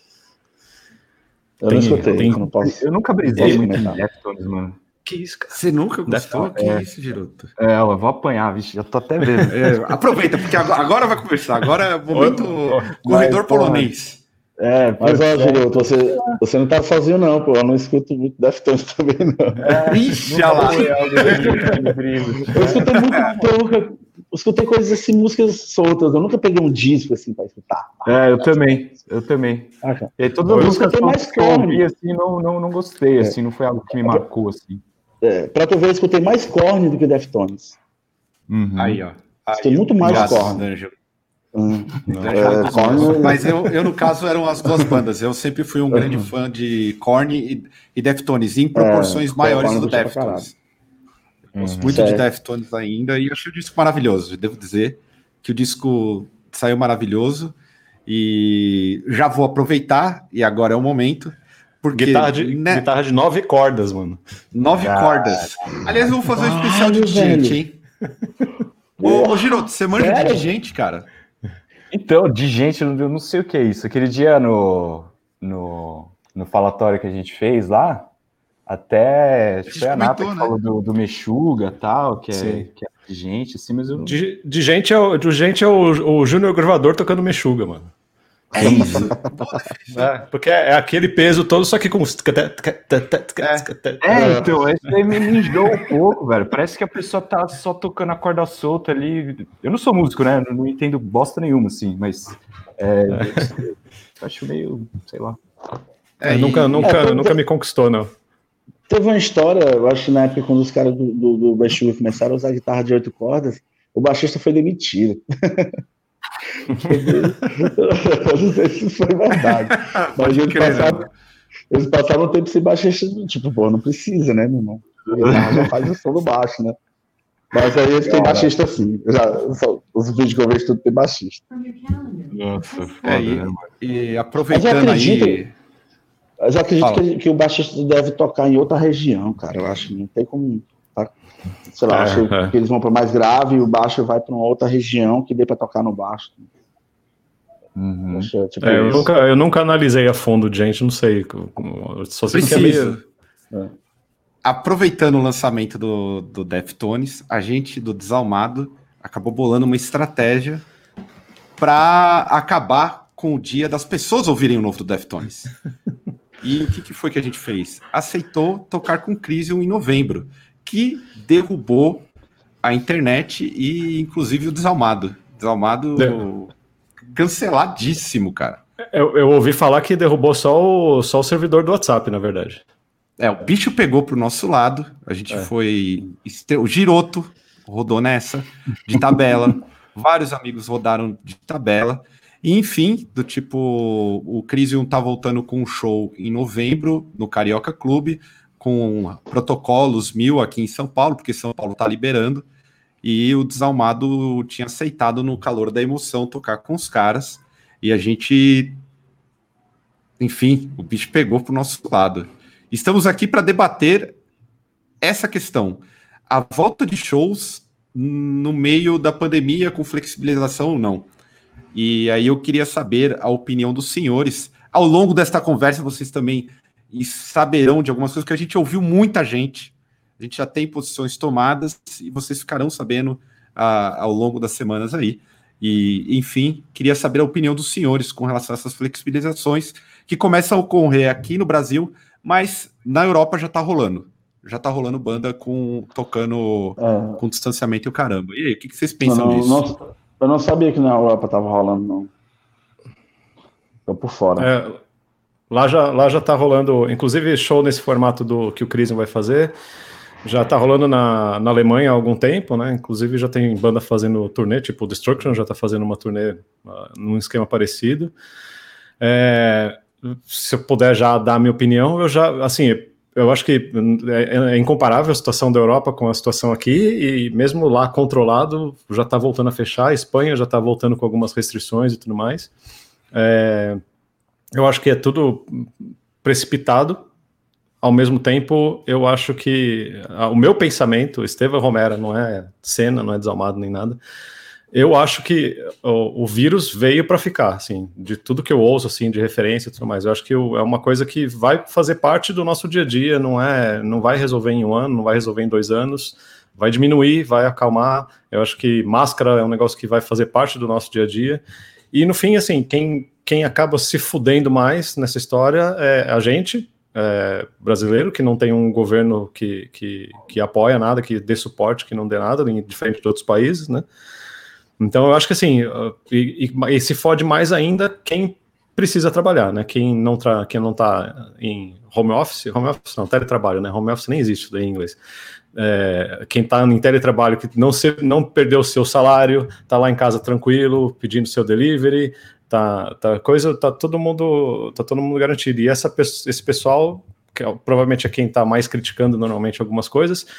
Eu tem, não escutei. Tem... Eu, não posso... eu nunca brisei muito em Deftones, mano. Que isso, cara? Você nunca gostou? Que é. isso, Giroto? É, eu vou apanhar, vixe, já tô até vendo. É, aproveita, porque agora, agora vai conversar. Agora é o momento corredor mas, polonês. É, mas ó, Giroto, você, você não tá sozinho não, pô. Eu não escuto muito Deftones também, não. É, Ixi, olha lá. Eu escutei muito pouco. Eu escutei coisas assim, músicas soltas. Eu nunca peguei um disco assim pra escutar. É, eu também. Eu também. Ah, e aí, todas as músicas que mais que eu ouvi, assim, não, não, não gostei, é. assim, não foi algo que me marcou, assim. É, pra tu ver, eu escutei mais Korn do que Deftones. Uhum. Aí, ó. Escutei muito mais Korn. Hum. É, Korn. Mas eu, eu, no caso, eram as duas bandas. Eu sempre fui um grande fã de Korn e, e Deftones, em proporções é, maiores do Deftones. Eu gosto uhum. muito certo. de Deftones ainda e achei o disco maravilhoso. Devo dizer que o disco saiu maravilhoso e já vou aproveitar, e agora é o momento. Porque, guitarra, de, né? guitarra de nove cordas, mano. Nove ah, cordas. Aliás, eu vou fazer um especial de gente, hein? Ô, ô Giroto, você manja Sério? de gente, cara? Então, de gente, eu não sei o que é isso. Aquele dia no, no, no falatório que a gente fez lá, até acho que foi a Nata que né? falou do, do Mexuga e tal, que é, que é de gente, assim, mas eu... De, de gente é, o, de gente é o, o Júnior Gravador tocando Mexuga, mano. É isso. É, porque é aquele peso todo, só que com. É, é então, esse aí me enjoou um pouco, velho. Parece que a pessoa tá só tocando a corda solta ali. Eu não sou músico, né? Eu não entendo bosta nenhuma, assim, mas. É, eu acho meio. sei lá. É, e... Nunca, nunca, é, nunca me conquistou, não. Teve uma história, eu acho que na época, quando os caras do, do, do Bexuga começaram a usar guitarra de oito cordas, o baixista foi demitido. Eu não sei se isso foi verdade. Mas eles passaram, eles passaram um tempo sem baixista, tipo, pô, não precisa, né, meu irmão? Já faz o som do baixo, né? Mas aí eles têm baixista assim. Já, só, os vídeos que eu vejo tudo tem baixista. Nossa, é, e, e aproveitando aí. Eu já acredito que, que o baixista deve tocar em outra região, cara. Eu acho que não tem como. Tá? Sei lá, é, acho é. que eles vão para mais grave e o baixo vai para uma outra região que dê para tocar no baixo. Uhum. Acho, tipo, é, eu, nunca, eu nunca analisei a fundo, gente, não sei. Só sei que é meio... é. Aproveitando o lançamento do, do Deftones, a gente do Desalmado acabou bolando uma estratégia para acabar com o dia das pessoas ouvirem o novo do Deftones. E o que, que foi que a gente fez? Aceitou tocar com Crisium em novembro, que derrubou a internet e, inclusive, o Desalmado. Desalmado é. canceladíssimo, cara. Eu, eu ouvi falar que derrubou só o, só o servidor do WhatsApp, na verdade. É, o bicho pegou pro nosso lado, a gente é. foi... O Giroto rodou nessa, de tabela, vários amigos rodaram de tabela, e enfim, do tipo, o Crisium tá voltando com um show em novembro, no Carioca Clube, com protocolos mil aqui em São Paulo, porque São Paulo tá liberando, e o Desalmado tinha aceitado no calor da emoção tocar com os caras, e a gente... Enfim, o bicho pegou pro nosso lado. Estamos aqui para debater essa questão. A volta de shows no meio da pandemia, com flexibilização ou não. E aí eu queria saber a opinião dos senhores. Ao longo desta conversa, vocês também saberão de algumas coisas, que a gente ouviu muita gente. A gente já tem posições tomadas e vocês ficarão sabendo ah, ao longo das semanas aí. E, enfim, queria saber a opinião dos senhores com relação a essas flexibilizações que começam a ocorrer aqui no Brasil, mas na Europa já tá rolando. Já tá rolando banda com, tocando é. com distanciamento e o caramba. E aí, o que, que vocês pensam não, disso? Não, eu não sabia que na Europa tava rolando, não. Tô por fora. É, lá, já, lá já tá rolando, inclusive show nesse formato do que o Crisium vai fazer. Já tá rolando na, na Alemanha há algum tempo, né? Inclusive já tem banda fazendo turnê, tipo o Destruction já tá fazendo uma turnê uh, num esquema parecido. É... Se eu puder já dar a minha opinião, eu já, assim, eu acho que é, é incomparável a situação da Europa com a situação aqui, e mesmo lá controlado, já está voltando a fechar, a Espanha já está voltando com algumas restrições e tudo mais. É, eu acho que é tudo precipitado. Ao mesmo tempo, eu acho que o meu pensamento, Estevão Romero, não é Senna, não é Desalmado nem nada, eu acho que o, o vírus veio para ficar, assim, de tudo que eu ouço, assim, de referência e tudo mais. Eu acho que o, é uma coisa que vai fazer parte do nosso dia a dia, não é, não vai resolver em um ano, não vai resolver em dois anos, vai diminuir, vai acalmar. Eu acho que máscara é um negócio que vai fazer parte do nosso dia a dia. E no fim, assim, quem, quem acaba se fudendo mais nessa história é a gente, é, brasileiro, que não tem um governo que, que, que apoia nada, que dê suporte, que não dê nada, diferente de outros países, né? Então eu acho que assim, e, e, e se fode mais ainda quem precisa trabalhar, né? Quem não, tra quem não tá em home office, home office não, teletrabalho, né? Home office nem existe isso daí em inglês. É, quem tá em teletrabalho, que não, se, não perdeu o seu salário, tá lá em casa tranquilo, pedindo seu delivery, tá, tá, coisa, tá todo mundo, tá todo mundo garantido. E essa, esse pessoal, que é, provavelmente é quem tá mais criticando normalmente algumas coisas,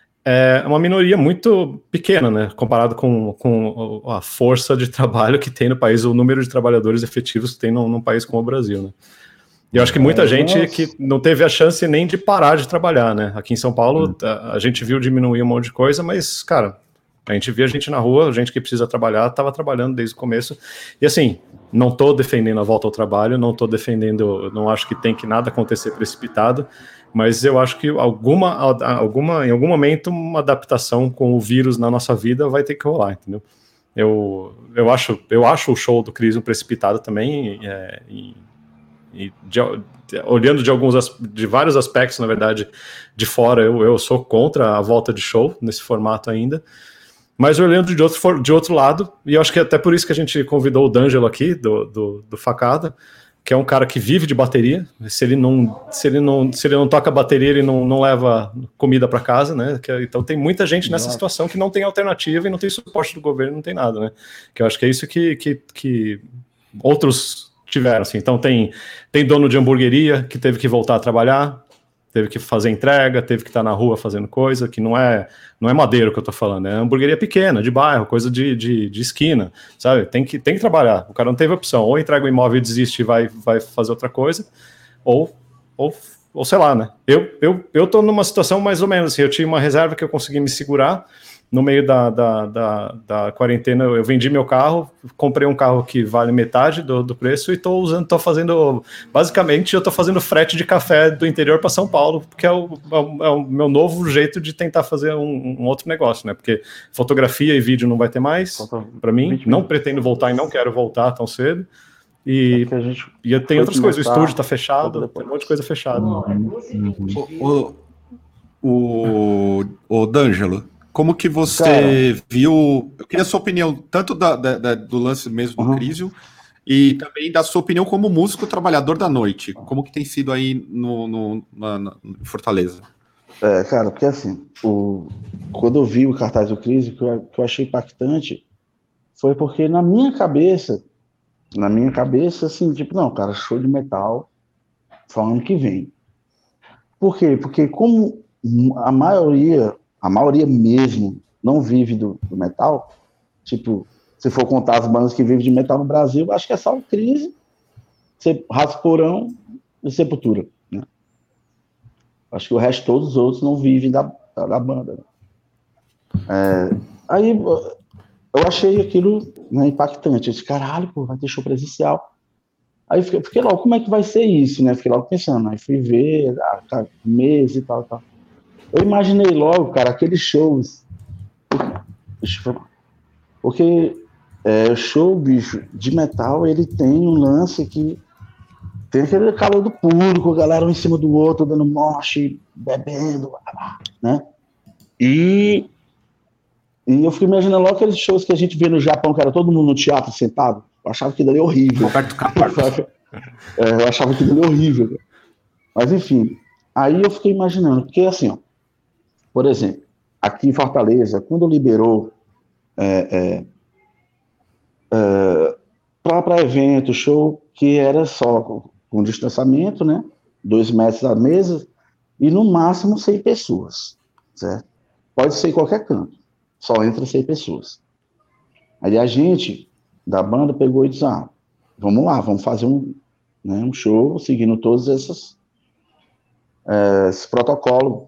é uma minoria muito pequena, né, comparado com, com a força de trabalho que tem no país, o número de trabalhadores efetivos que tem num, num país como o Brasil, né. E eu acho que muita é, gente nossa. que não teve a chance nem de parar de trabalhar, né. Aqui em São Paulo, hum. a, a gente viu diminuir um monte de coisa, mas, cara, a gente via gente na rua, gente que precisa trabalhar, estava trabalhando desde o começo. E assim, não estou defendendo a volta ao trabalho, não estou defendendo, não acho que tem que nada acontecer precipitado, mas eu acho que alguma, alguma, em algum momento uma adaptação com o vírus na nossa vida vai ter que rolar, entendeu? Eu, eu, acho, eu acho o show do Crisium precipitado também, é, e, e de, olhando de, alguns, de vários aspectos, na verdade, de fora, eu, eu sou contra a volta de show nesse formato ainda, mas olhando de outro, de outro lado, e eu acho que até por isso que a gente convidou o D'Angelo aqui, do, do, do Facada, que é um cara que vive de bateria. Se ele não, se ele não, se ele não toca bateria, ele não, não leva comida para casa, né? Que, então tem muita gente nessa situação que não tem alternativa e não tem suporte do governo, não tem nada, né? Que eu acho que é isso que, que, que outros tiveram, assim. Então tem, tem dono de hamburgueria que teve que voltar a trabalhar, teve que fazer entrega, teve que estar na rua fazendo coisa, que não é, não é madeiro que eu tô falando, é hamburgueria pequena, de bairro, coisa de, de, de esquina, sabe? Tem que, tem que trabalhar, o cara não teve opção, ou entrega o imóvel e desiste e vai, vai fazer outra coisa, ou, ou, ou sei lá, né? Eu, eu, eu tô numa situação mais ou menos assim, eu tinha uma reserva que eu consegui me segurar, no meio da, da, da, da quarentena eu vendi meu carro, comprei um carro que vale metade do, do preço e estou usando, estou fazendo, basicamente eu estou fazendo frete de café do interior para São Paulo, porque é o, é, o, é o meu novo jeito de tentar fazer um, um outro negócio, né? Porque fotografia e vídeo não vai ter mais, para mim, não pretendo voltar e não quero voltar tão cedo. E, é gente e tem outras coisas, o estúdio está fechado, tem um monte de coisa fechada. O, o, o, o D'Angelo, Como que você Cara, viu... Eu queria a sua opinião, tanto da, da, da, do lance mesmo do uhum. Crisium, e também da sua opinião como músico trabalhador da noite. Como que tem sido aí no, no, na, na em Fortaleza? É, cara, porque assim, o, quando eu vi o cartaz do Crisium, que eu, que eu achei impactante, foi porque na minha cabeça, na minha cabeça, assim, tipo, não, cara, show de metal, só ano que vem. Por quê? Porque como a maioria, a maioria mesmo, não vive do, do metal, tipo, se for contar as bandas que vivem de metal no Brasil, acho que é só o Crisium, Rasporão e Sepultura, né? Acho que o resto, todos os outros, não vivem da, da, da banda. É, aí eu achei aquilo, né, impactante. Eu disse, caralho, pô, vai ter show presencial. Aí fiquei, fiquei logo, como é que vai ser isso, né? Fiquei logo pensando. Aí fui ver, ah, cara, mês e tal, tal. Eu imaginei logo, cara, aqueles shows. Porque é, show, bicho, de metal, ele tem um lance que tem aquele calor do público, a galera um em cima do outro, dando moche, bebendo, né? E, e eu fiquei imaginando logo aqueles shows que a gente vê no Japão, que era todo mundo no teatro sentado. Eu achava que dali é horrível. Roberto Caparzo. É, eu achava que dali é horrível. Mas enfim, aí eu fiquei imaginando, porque assim, ó, por exemplo, aqui em Fortaleza, quando liberou é, é, é, para evento, show, que era só com, com distanciamento, né? Dois metros da mesa e no máximo cem pessoas, certo? Pode ser em qualquer canto, só entra cem pessoas. Aí a gente da banda pegou e disse, ah, vamos lá, vamos fazer um, né, um show seguindo todos esses, é, esse protocolo.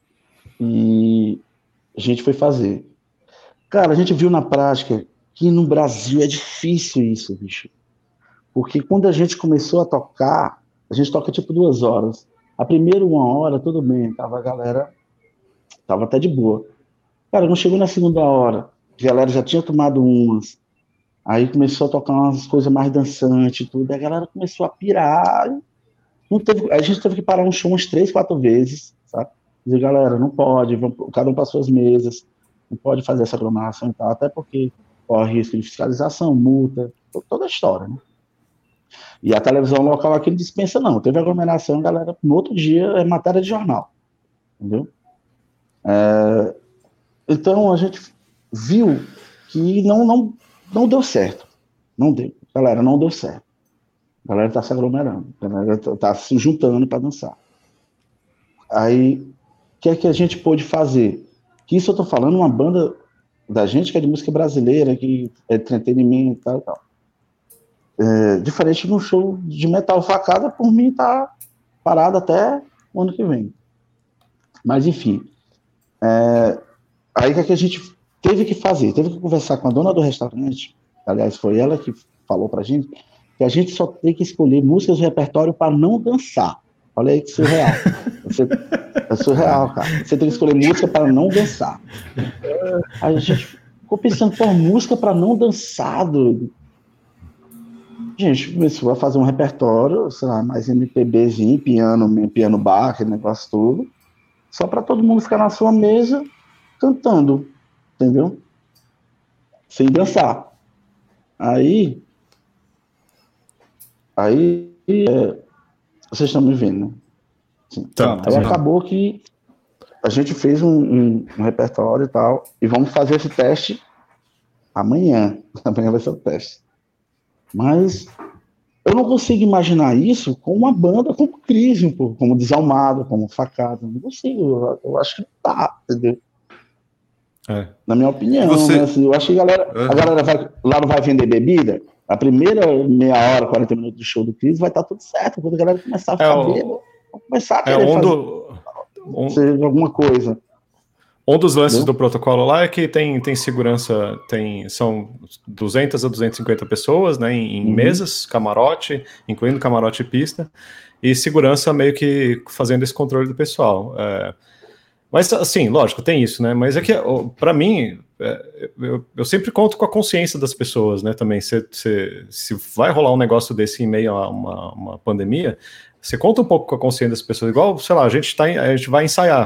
E a gente foi fazer. Cara, a gente viu na prática que no Brasil é difícil isso, bicho. Porque quando a gente começou a tocar, a gente toca tipo duas horas. A primeira uma hora, tudo bem, tava a galera, tava até de boa. Cara, quando chegou na segunda hora, a galera já tinha tomado umas, aí começou a tocar umas coisas mais dançantes e tudo, e a galera começou a pirar. Não teve, a gente teve que parar um show umas três, quatro vezes, sabe? Dizer, galera, não pode, vamos, cada um para suas mesas, não pode fazer essa aglomeração e tal, até porque corre risco de fiscalização, multa, toda a história, né? E a televisão local aqui não dispensa, não. Teve aglomeração, galera, no outro dia é matéria de jornal, entendeu? É, então a gente viu que não, não, não deu certo. Não deu. Galera, não deu certo. A galera tá se aglomerando, a galera tá, tá se juntando para dançar. Aí, o que é que a gente pôde fazer? Que isso eu tô falando uma banda da gente que é de música brasileira, que é de entretenimento e tal e tal. É, diferente de um show de metal facada, por mim tá parado até o ano que vem. Mas enfim, é, aí o que, é que a gente teve que fazer? Teve que conversar com a dona do restaurante, aliás foi ela que falou pra gente, que a gente só tem que escolher músicas do repertório para não dançar. Olha aí que surreal. Você, é surreal, cara. Você tem que escolher música para não dançar. Aí a gente ficou pensando, pô, música para não dançar, doido. Gente, começou a fazer um repertório, sei lá, mais MPBzinho, piano, piano bar, aquele negócio todo, só para todo mundo ficar na sua mesa cantando, entendeu? Sem dançar. Aí, aí, é, vocês estão me vendo, né? Assim, tá, aí tá. acabou que a gente fez um, um, um repertório e tal, e vamos fazer esse teste amanhã. Amanhã vai ser o teste. Mas eu não consigo imaginar isso com uma banda como Crisium, como Desalmado, como Facada. Não consigo. Eu, eu acho que não tá, entendeu? É. Na minha opinião, você... né? Assim, eu acho que a galera, uhum. a galera vai, lá não vai vender bebida. A primeira meia hora, quarenta minutos do show do Crisium vai estar tudo certo. Quando a galera começar a ficar é o... bêbada, vai começar a é querer um fazer, do... um... fazer alguma coisa. Um dos lances Entendeu? do protocolo lá é que tem, tem segurança, tem, são duzentas a duzentas e cinquenta pessoas, né, em, em uhum. mesas, camarote, incluindo camarote e pista, e segurança meio que fazendo esse controle do pessoal. É, mas, assim, lógico, tem isso, né, mas é que, para mim, é, eu, eu sempre conto com a consciência das pessoas, né, também, se, se, se vai rolar um negócio desse em meio a uma, uma pandemia, você conta um pouco com a consciência das pessoas, igual, sei lá, a gente, tá, a gente vai ensaiar,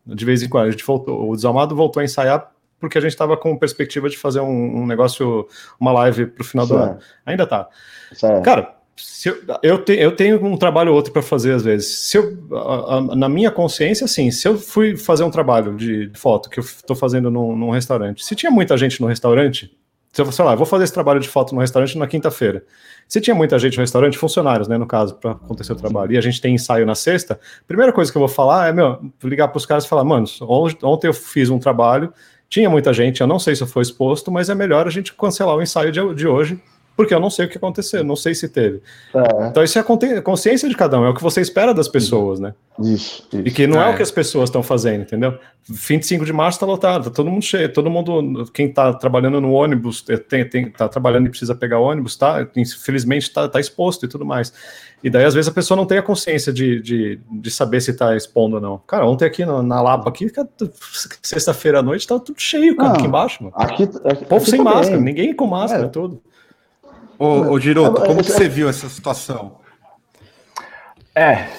de vez em quando. A gente voltou, o Desalmado voltou a ensaiar porque a gente estava com perspectiva de fazer um, um negócio, uma live pro final certo. do ano. Ainda tá. Certo. Cara, se eu, eu, te, eu tenho um trabalho ou outro para fazer às vezes. Se eu, a, a, na minha consciência, assim, se eu fui fazer um trabalho de foto que eu estou fazendo num, num restaurante, se tinha muita gente no restaurante, se eu, sei lá, eu vou fazer esse trabalho de foto no restaurante na quinta-feira. Se tinha muita gente no restaurante, funcionários, né, no caso, para acontecer o trabalho, e a gente tem ensaio na sexta, a primeira coisa que eu vou falar é, meu, ligar para os caras e falar, mano, ontem eu fiz um trabalho, tinha muita gente, eu não sei se eu fui exposto, mas é melhor a gente cancelar o ensaio de, de hoje, porque eu não sei o que aconteceu, não sei se teve. É. Então isso é a consciência de cada um, é o que você espera das pessoas, né? Isso, isso. E que não é, é o que as pessoas estão fazendo, entendeu? vinte e cinco de março tá lotado, tá todo mundo cheio, todo mundo, quem tá trabalhando no ônibus, tem, tem, tá trabalhando e precisa pegar ônibus, tá? Infelizmente tá, tá exposto e tudo mais. E daí às vezes a pessoa não tem a consciência de, de, de saber se tá expondo ou não. Cara, ontem aqui na, na Lapa, aqui, sexta-feira à noite, tá tudo cheio, cara, ah, aqui embaixo, mano. Aqui, aqui, povo aqui sem também. Máscara, ninguém com máscara, é. tudo. Ô, ô Giroto, como que você viu essa situação? É.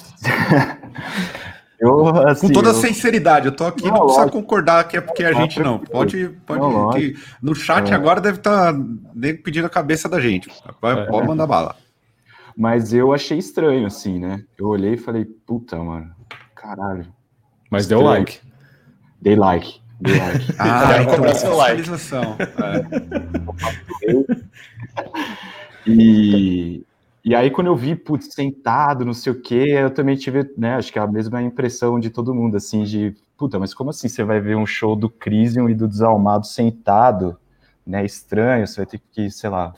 eu, assim, Com toda eu... sinceridade, eu tô aqui, não, não precisa concordar que é porque a gente não. Pode, pode não, que no chat é. agora deve estar tá pedindo a cabeça da gente. Pode é. mandar bala. Mas eu achei estranho, assim, né? Eu olhei e falei, puta, mano, caralho. Mas estranho. Deu like. Dei like. Dei like. Ah, então é seu like. É. E, e aí, quando eu vi, putz, sentado, não sei o quê, eu também tive, né, acho que é a mesma impressão de todo mundo, assim, de, puta, mas como assim você vai ver um show do Crisium e do Desalmado sentado, né, estranho, você vai ter que, sei lá...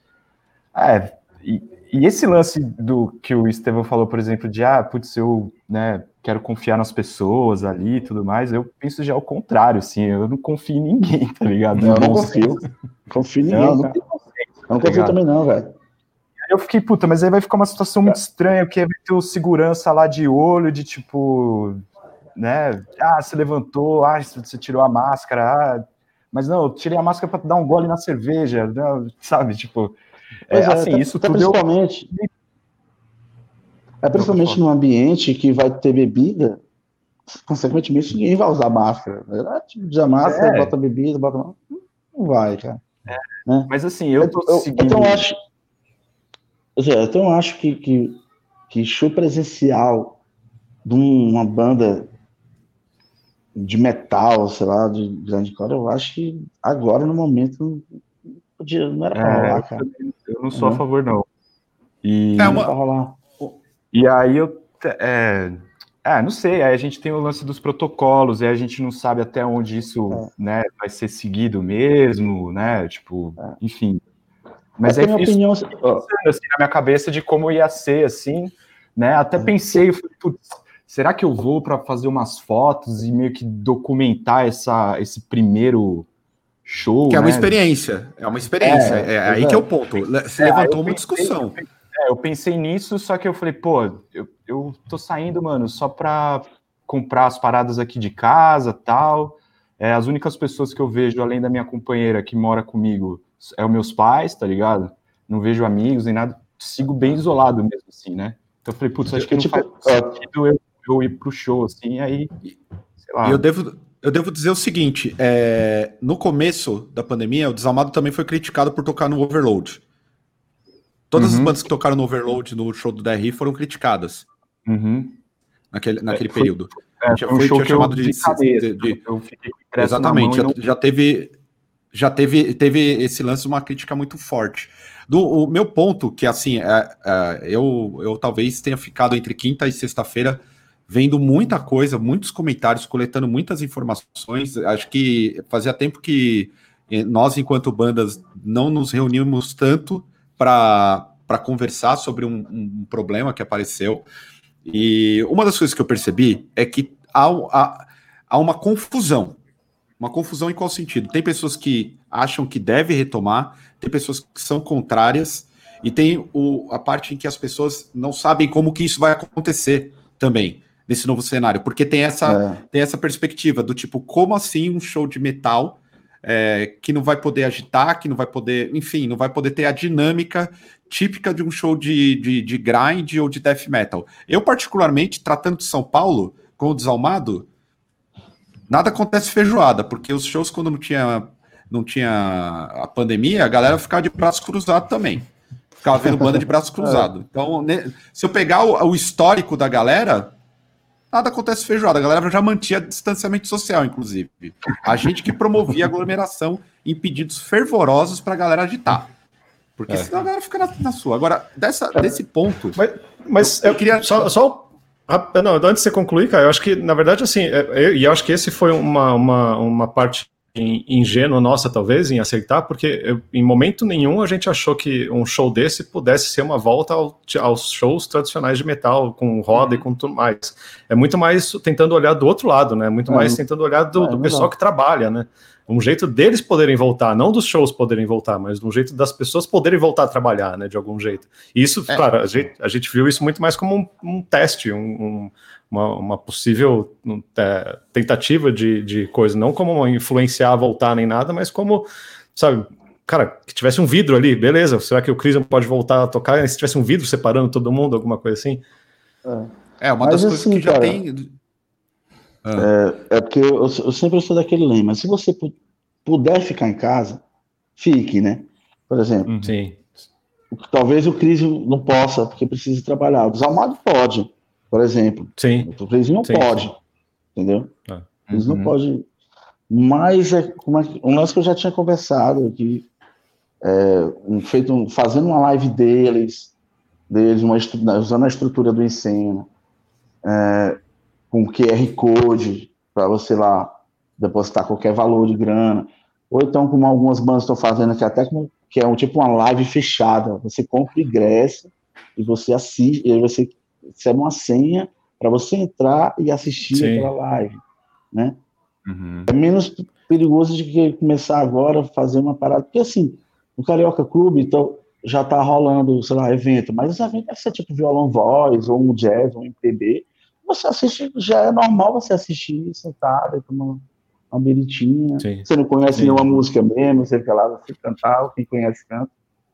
É, e, e esse lance do que o Estevão falou, por exemplo, de, ah, putz, eu, né, quero confiar nas pessoas ali e tudo mais, eu penso já ao contrário, assim, eu não confio em ninguém, tá ligado? Eu não confio, confio em ninguém, não, não Eu não confio também não, velho. Eu fiquei, puta, mas aí vai ficar uma situação muito estranha, porque vai ter o segurança lá de olho, de tipo, né, ah, você levantou, ah, você tirou a máscara, ah, mas não, eu tirei a máscara pra dar um gole na cerveja, não, sabe, tipo, é, é, assim, isso tudo... Principalmente, eu... é principalmente num ambiente que vai ter bebida, consequentemente ninguém vai usar máscara, né? Tipo, usa máscara, é. bota bebida, bota... Não vai, cara. É. Né? Mas assim, eu tô eu, seguindo... Então eu acho, então eu acho que, que, que show presencial de uma banda de metal, sei lá, de grande cor, eu acho que agora, no momento, não, podia, não era pra é, rolar, cara. Eu não sou é. a favor, não. E, é uma... pra rolar. E aí eu... É... Ah, não sei, aí a gente tem o lance dos protocolos, e a gente não sabe até onde isso é. né, vai ser seguido mesmo, né, tipo, é. enfim. Mas é, é isso opinião... assim, na minha cabeça de como ia ser, assim, né, até é. pensei, eu falei, putz, será que eu vou para fazer umas fotos e meio que documentar essa, esse primeiro show, Que né? é uma experiência, é uma experiência, é, é aí que é o ponto, se levantou uma pensei, discussão. Eu pensei, É, eu pensei nisso, só que eu falei, pô, eu, eu tô saindo, mano, só pra comprar as paradas aqui de casa, tal. É, as únicas pessoas que eu vejo, além da minha companheira que mora comigo, é os meus pais, tá ligado? Não vejo amigos nem nada, sigo bem isolado mesmo, assim, né? Então eu falei, putz, acho que não tipo, faz sentido eu, eu ir pro show, assim, aí, sei lá. Eu devo, eu devo dizer o seguinte, é, no começo da pandemia, o Desalmado também foi criticado por tocar no Overload. Todas uhum. as bandas que tocaram no Overload, no show do D R I, foram criticadas. Uhum. Naquele, naquele é, período. É, foi um foi, show tinha que chamado de, de, cabeça, de, de, eu fiquei com exatamente, já, não... já teve já teve, teve esse lance, uma crítica muito forte. Do, o meu ponto, que assim, é, é, eu, eu talvez tenha ficado entre quinta e sexta-feira vendo muita coisa, muitos comentários, coletando muitas informações. Acho que fazia tempo que nós, enquanto bandas, não nos reunimos tanto para conversar sobre um, um problema que apareceu. E uma das coisas que eu percebi é que há, há, há uma confusão. Uma confusão em qual sentido? Tem pessoas que acham que deve retomar, tem pessoas que são contrárias, e tem o, a parte em que as pessoas não sabem como que isso vai acontecer também, nesse novo cenário, porque tem essa, é. tem essa perspectiva do tipo, como assim um show de metal é, que não vai poder agitar, que não vai poder, enfim, não vai poder ter a dinâmica típica de um show de, de, de grind ou de death metal. Eu, particularmente, tratando de São Paulo, com o Desalmado, nada acontece feijoada, porque os shows, quando não tinha, não tinha a pandemia, a galera ficava de braços cruzados também. Ficava vendo banda de braços cruzados. Então, né, se eu pegar o, o histórico da galera, nada acontece feijoada. A galera já mantinha distanciamento social, inclusive. A gente que promovia aglomeração em pedidos fervorosos para a galera agitar. Porque é. senão a galera fica na, na sua. Agora, dessa, é. desse ponto... Mas, mas eu, eu queria... Só, só... Não, antes de você concluir, cara, eu acho que, na verdade, assim, eu, eu acho que esse foi uma, uma, uma parte ingênua nossa, talvez, em aceitar, porque eu, em momento nenhum a gente achou que um show desse pudesse ser uma volta ao, aos shows tradicionais de metal, com roda uhum. e com tudo mais. É muito mais tentando olhar do outro lado, né? Muito é. mais tentando olhar do, é, do pessoal que trabalha, né? Um jeito deles poderem voltar, não dos shows poderem voltar, mas um jeito das pessoas poderem voltar a trabalhar, né, de algum jeito. E isso, é. claro, a gente, a gente viu isso muito mais como um, um teste, um, um, uma, uma possível um, é, tentativa de, de coisa, não como influenciar a voltar nem nada, mas como, sabe, cara, que tivesse um vidro ali, beleza, será que o Chris não pode voltar a tocar se tivesse um vidro separando todo mundo, alguma coisa assim? É, é uma mas das assim, coisas que já cara, tem... Ah. É, é porque eu, eu sempre sou daquele lema, se você puder ficar em casa, fique, né? Por exemplo, Sim. talvez o Cris não possa, porque precisa trabalhar. O Desalmado pode, por exemplo. Sim. O Cris não sim, pode, sim. entendeu? Ah. O Cris uhum. não pode. Mas é um lance que eu já tinha conversado, que é, um, feito, um, fazendo uma live deles, deles uma, usando a estrutura do Encena, é, com Q R Code, para você lá depositar qualquer valor de grana, ou então como algumas bandas estão fazendo, que até como, que é um tipo uma live fechada, você compra o ingresso e você assiste, e aí você recebe uma senha para você entrar e assistir Sim. aquela live, né? Uhum. É menos perigoso de que começar agora a fazer uma parada, porque assim, no Carioca Clube, então, já tá rolando, sei lá, evento, mas esse evento deve ser tipo violão voz, ou um jazz, ou um M P B, você assiste, já é normal você assistir sentado, tomando uma beritinha. Sim. Você não conhece Sim. nenhuma música mesmo, você fica lá, você cantar, quem conhece canta.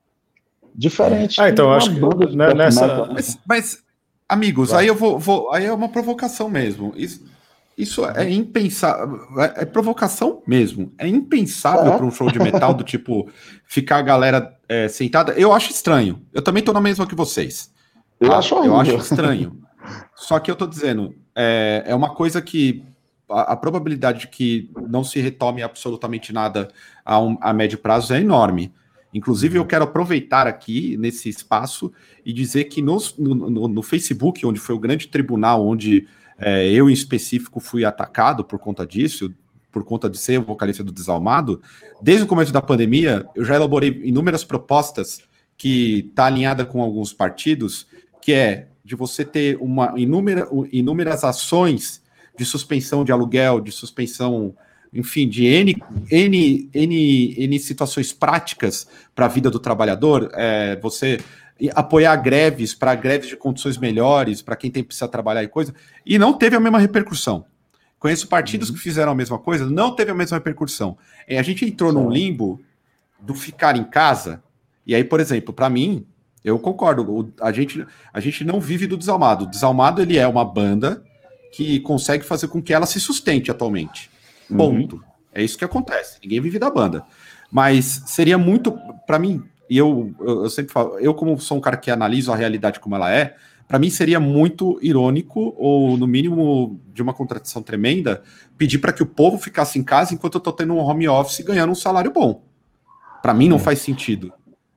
Diferente. Ah, então acho que né, nessa. Metal, mas, mas, amigos, Vai. aí eu vou, vou. Aí é uma provocação mesmo. Isso, isso é impensável. É, é provocação mesmo. É impensável é. para um show de metal do tipo ficar a galera é, sentada. Eu acho estranho. Eu também tô na mesma que vocês. Eu, ah, acho, eu acho estranho. Só que eu tô dizendo, é, é uma coisa que a, a probabilidade de que não se retome absolutamente nada a, um, a médio prazo é enorme. Inclusive, eu quero aproveitar aqui, nesse espaço, e dizer que nos, no, no, no Facebook, onde foi o grande tribunal, onde é, eu, em específico, fui atacado por conta disso, por conta de ser o vocalista do Desalmado, desde o começo da pandemia, eu já elaborei inúmeras propostas que está alinhada com alguns partidos, que é de você ter uma inúmera, inúmeras ações de suspensão de aluguel, de suspensão, enfim, de N, N, N, N situações práticas para a vida do trabalhador, é, você apoiar greves, para greves de condições melhores, para quem tem precisa trabalhar e coisa, e não teve a mesma repercussão. Conheço partidos uhum. que fizeram a mesma coisa, não teve a mesma repercussão. E a gente entrou Sim. num limbo do ficar em casa, e aí, por exemplo, para mim, eu concordo, o, a, gente, a gente não vive do Desalmado. O Desalmado, ele é uma banda que consegue fazer com que ela se sustente atualmente. Ponto. Uhum. É isso que acontece. Ninguém vive da banda. Mas seria muito, para mim, e eu, eu, eu sempre falo, eu como sou um cara que analiso a realidade como ela é, para mim seria muito irônico, ou no mínimo de uma contradição tremenda, pedir para que o povo ficasse em casa enquanto eu tô tendo um home office ganhando um salário bom. Para mim não uhum. faz sentido.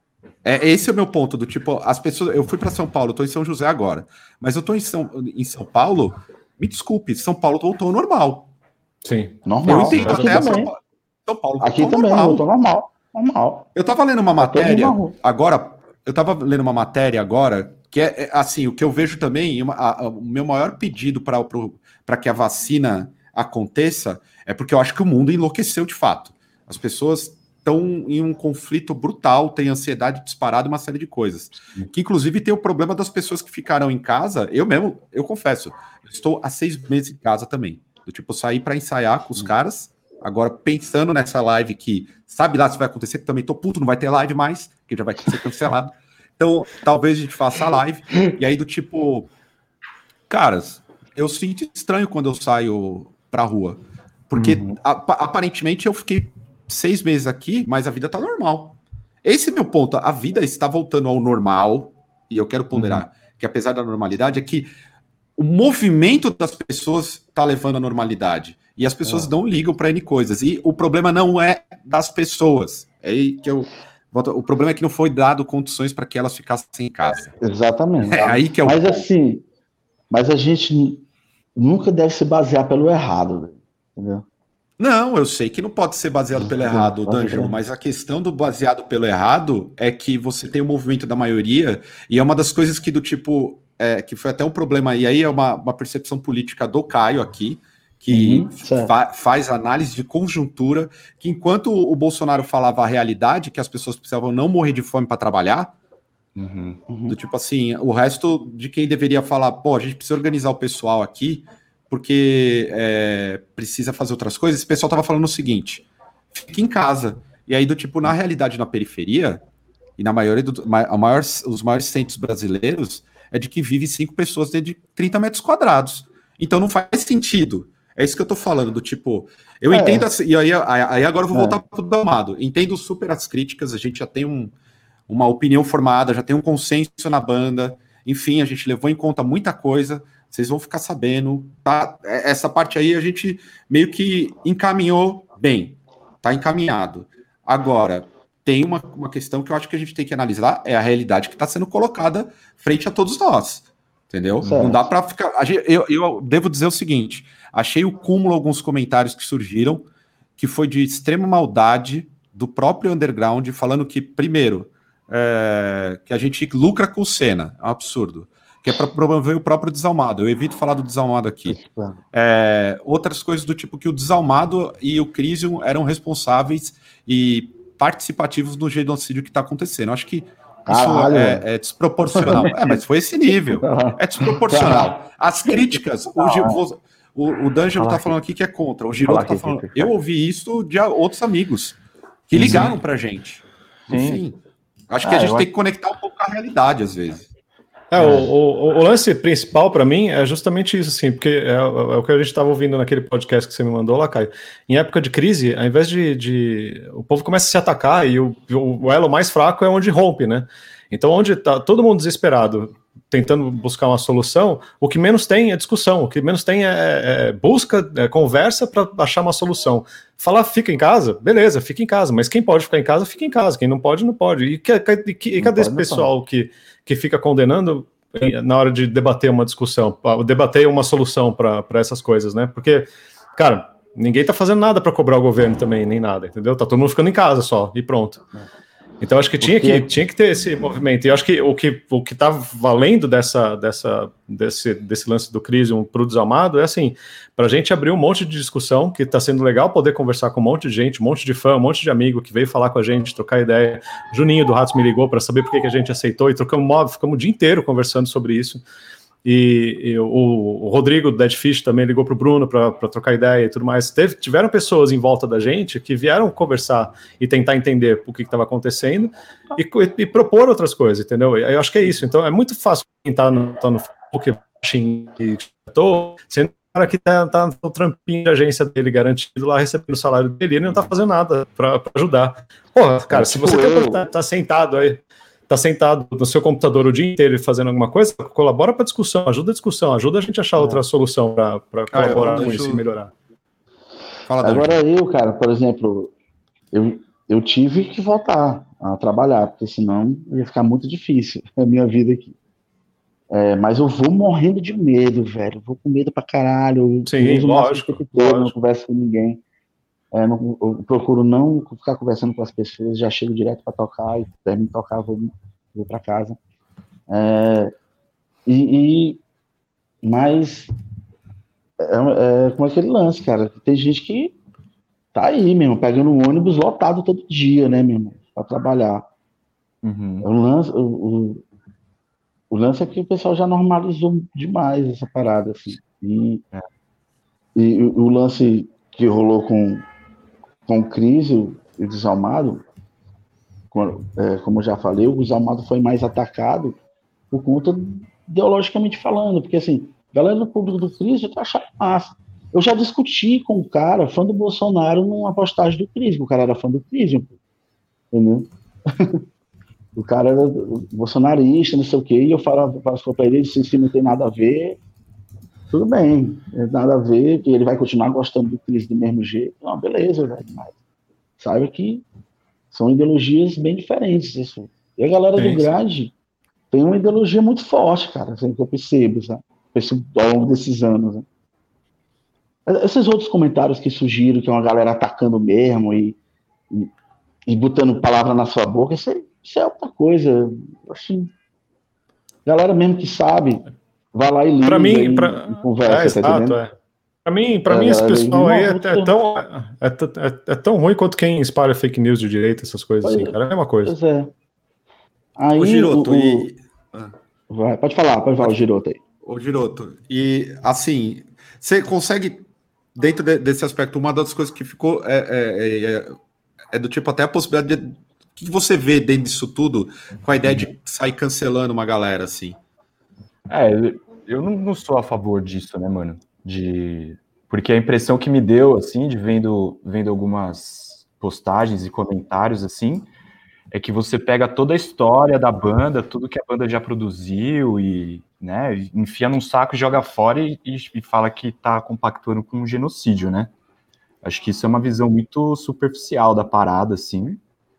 É, esse é o meu ponto, do tipo, as pessoas. Eu fui para São Paulo, eu tô em São José agora, mas eu tô em São, em São Paulo, me desculpe, São Paulo voltou ao normal. Sim, normal. Eu entendo, aqui até também. São, São Paulo aqui também, normal. voltou normal. normal. Eu tava lendo uma matéria, agora, eu tava lendo uma matéria agora, que é, é assim, o que eu vejo também, uma, a, a, o meu maior pedido para que a vacina aconteça é porque eu acho que o mundo enlouqueceu de fato. As pessoas estão em um conflito brutal, tem ansiedade disparada e uma série de coisas. Que, inclusive, tem o problema das pessoas que ficaram em casa. Eu mesmo, eu confesso, eu estou há seis meses em casa também. Do tipo, sair para ensaiar com os caras, agora pensando nessa live que sabe lá se vai acontecer, que também tô puto, não vai ter live mais, que já vai ser cancelado. Então, talvez a gente faça a live, e aí do tipo, caras, eu sinto estranho quando eu saio pra rua. Porque Uhum. ap- aparentemente eu fiquei seis meses aqui, mas a vida tá normal. Esse é meu ponto. A vida está voltando ao normal, e eu quero ponderar Uhum. que apesar da normalidade, é que o movimento das pessoas está levando à normalidade. E as pessoas É. não ligam para N coisas. E o problema não é das pessoas. É aí que eu volto. O problema é que não foi dado condições para que elas ficassem em casa. Exatamente. É aí que é o Mas ponto. assim, mas a gente nunca deve se basear pelo errado, velho, entendeu? Não, eu sei que não pode ser baseado pelo errado, Pode D'Angelo, ser. mas a questão do baseado pelo errado é que você tem o movimento da maioria, e é uma das coisas que do tipo, é, que foi até um problema, e aí é uma, uma percepção política do Caio aqui, que Uhum, certo. fa- faz análise de conjuntura, que enquanto o Bolsonaro falava a realidade, que as pessoas precisavam não morrer de fome para trabalhar, Uhum. Uhum. do tipo assim, o resto de quem deveria falar, pô, a gente precisa organizar o pessoal aqui, porque é, precisa fazer outras coisas, esse pessoal tava falando o seguinte, fique em casa. E aí, do tipo, na realidade, na periferia, e na maioria do, ma- a maior, os maiores centros brasileiros, é de que vive cinco pessoas dentro de trinta metros quadrados. Então não faz sentido. É isso que eu tô falando, do tipo, eu É. entendo assim, e aí, aí agora eu vou É. voltar pro Damado. Entendo super as críticas, a gente já tem um, uma opinião formada, já tem um consenso na banda, enfim, a gente levou em conta muita coisa, vocês vão ficar sabendo, tá? Essa parte aí a gente meio que encaminhou bem, tá encaminhado. Agora, tem uma, uma questão que eu acho que a gente tem que analisar, é a realidade que está sendo colocada frente a todos nós, entendeu? Certo. Não dá para ficar... a gente- eu, eu devo dizer o seguinte, achei o cúmulo alguns comentários que surgiram, que foi de extrema maldade do próprio underground, falando que, primeiro, é, que a gente lucra com o Senna, é um absurdo, que é para promover o próprio Desalmado. Eu evito falar do Desalmado aqui. É, outras coisas do tipo que o Desalmado e o Crisium eram responsáveis e participativos no genocídio que está acontecendo. Eu acho que isso Caralho, é, velho. é desproporcional. É, mas foi esse nível. É desproporcional. As críticas, o, Gi- o, o D'Angelo está falando aqui que é contra, o Giroto está falando. Eu ouvi isso de outros amigos que ligaram para gente. Sim. Enfim, acho que Ah, a gente eu tem acho- que conectar um pouco com a realidade às vezes. É, o, o, o lance principal para mim é justamente isso, assim, porque é, é o que a gente estava ouvindo naquele podcast que você me mandou lá, Caio. Em época de crise, ao invés de, de o povo começa a se atacar e o, o, o elo mais fraco é onde rompe, né? Então, onde tá todo mundo desesperado, tentando buscar uma solução, o que menos tem é discussão, o que menos tem é, é busca, é conversa para achar uma solução. Falar fica em casa, beleza, fica em casa, mas quem pode ficar em casa, fica em casa, quem não pode, não pode. E, que, e, que, e cadê esse pessoal que, que fica condenando na hora de debater uma discussão, debater uma solução para essas coisas, né? Porque, cara, ninguém tá fazendo nada para cobrar o governo também, nem nada, entendeu? Tá todo mundo ficando em casa só, e pronto. Então, acho que tinha, que tinha que ter esse movimento. E eu acho que o que o que está valendo dessa, dessa, desse, desse lance do Crisium para o Desalmado é assim, para a gente abrir um monte de discussão, que está sendo legal poder conversar com um monte de gente, um monte de fã, um monte de amigo que veio falar com a gente, trocar ideia. Juninho do Ratos me ligou para saber por que, que a gente aceitou e trocamos modo, ficamos o dia inteiro conversando sobre isso. E, e o, o Rodrigo do Dead Fish também ligou para o Bruno para trocar ideia e tudo mais. Teve, tiveram pessoas em volta da gente que vieram conversar e tentar entender o que estava acontecendo e, e, e propor outras coisas, entendeu? Eu acho que é isso. Então é muito fácil quem está no, tá no Facebook, sendo o cara que está tá no trampinho da agência dele garantido lá, recebendo o salário dele, ele não está fazendo nada para ajudar. Porra, cara, se você está tá sentado aí, tá sentado no seu computador o dia inteiro fazendo alguma coisa, colabora para a discussão, ajuda a discussão, ajuda a gente a achar outra é. solução para colaborar ah, com isso e melhorar. Fala, Agora eu, cara, por exemplo, eu, eu tive que voltar a trabalhar, porque senão ia ficar muito difícil a minha vida aqui. É, mas eu vou morrendo de medo, velho. Eu vou com medo pra caralho. Sim, lógico. Que ter, não converso com ninguém. É, não, eu procuro não ficar conversando com as pessoas, já chego direto para tocar e termino de tocar, vou, vou para casa. É, e, e, mas é, é como aquele lance, cara. Tem gente que tá aí mesmo, pegando um ônibus lotado todo dia, né, meu irmão, para trabalhar. Uhum. O, lance, o, o, o lance é que o pessoal já normalizou demais essa parada, assim. E, é. e o, o lance que rolou com com o Crisium e o Desalmado, como, é, como eu já falei, o Desalmado foi mais atacado por conta, ideologicamente falando, porque assim, a galera do público do Crisium tá achando massa, Eu já discuti com o cara, fã do Bolsonaro, numa postagem do Cris, o cara era fã do Cris, entendeu? O cara era bolsonarista, não sei o quê, e eu falava para ele, se isso não tem nada a ver, tudo bem, nada a ver, que ele vai continuar gostando do Cris do mesmo jeito. Não, beleza, velho, mas sabe que são ideologias bem diferentes. Isso. E a galera é do grade tem uma ideologia muito forte, cara, assim, que eu percebo, sabe? Percebo ao longo desses anos, né? Esses outros comentários que surgiram, que é uma galera atacando mesmo e, e, e botando palavra na sua boca, isso é, isso é outra coisa. Assim, galera mesmo que sabe, vai lá e liga pra mim, e, pra... e conversa, é, tá entendendo? É. Pra mim, pra é, mim esse pessoal aí é, muito... é, tão, é, é, é tão ruim quanto quem espalha fake news de direita, essas coisas pois, assim, cara. É a mesma coisa. Pois é. Aí, Ô, Giroto, o, o... e... Vai, pode falar, pode falar, o Giroto aí. Ô, Giroto, e assim, você consegue... Dentro de, desse aspecto, uma das coisas que ficou é, é, é, é do tipo até a possibilidade de... O que você vê dentro disso tudo com a ideia de sair cancelando uma galera, assim? É, eu não, não sou a favor disso, né, mano? De... Porque a impressão que me deu, assim, de vendo, vendo algumas postagens e comentários, assim, é que você pega toda a história da banda, tudo que a banda já produziu e, né, enfia num saco e joga fora e, e, e fala que tá compactuando com um genocídio, né? Acho que isso é uma visão muito superficial da parada, assim.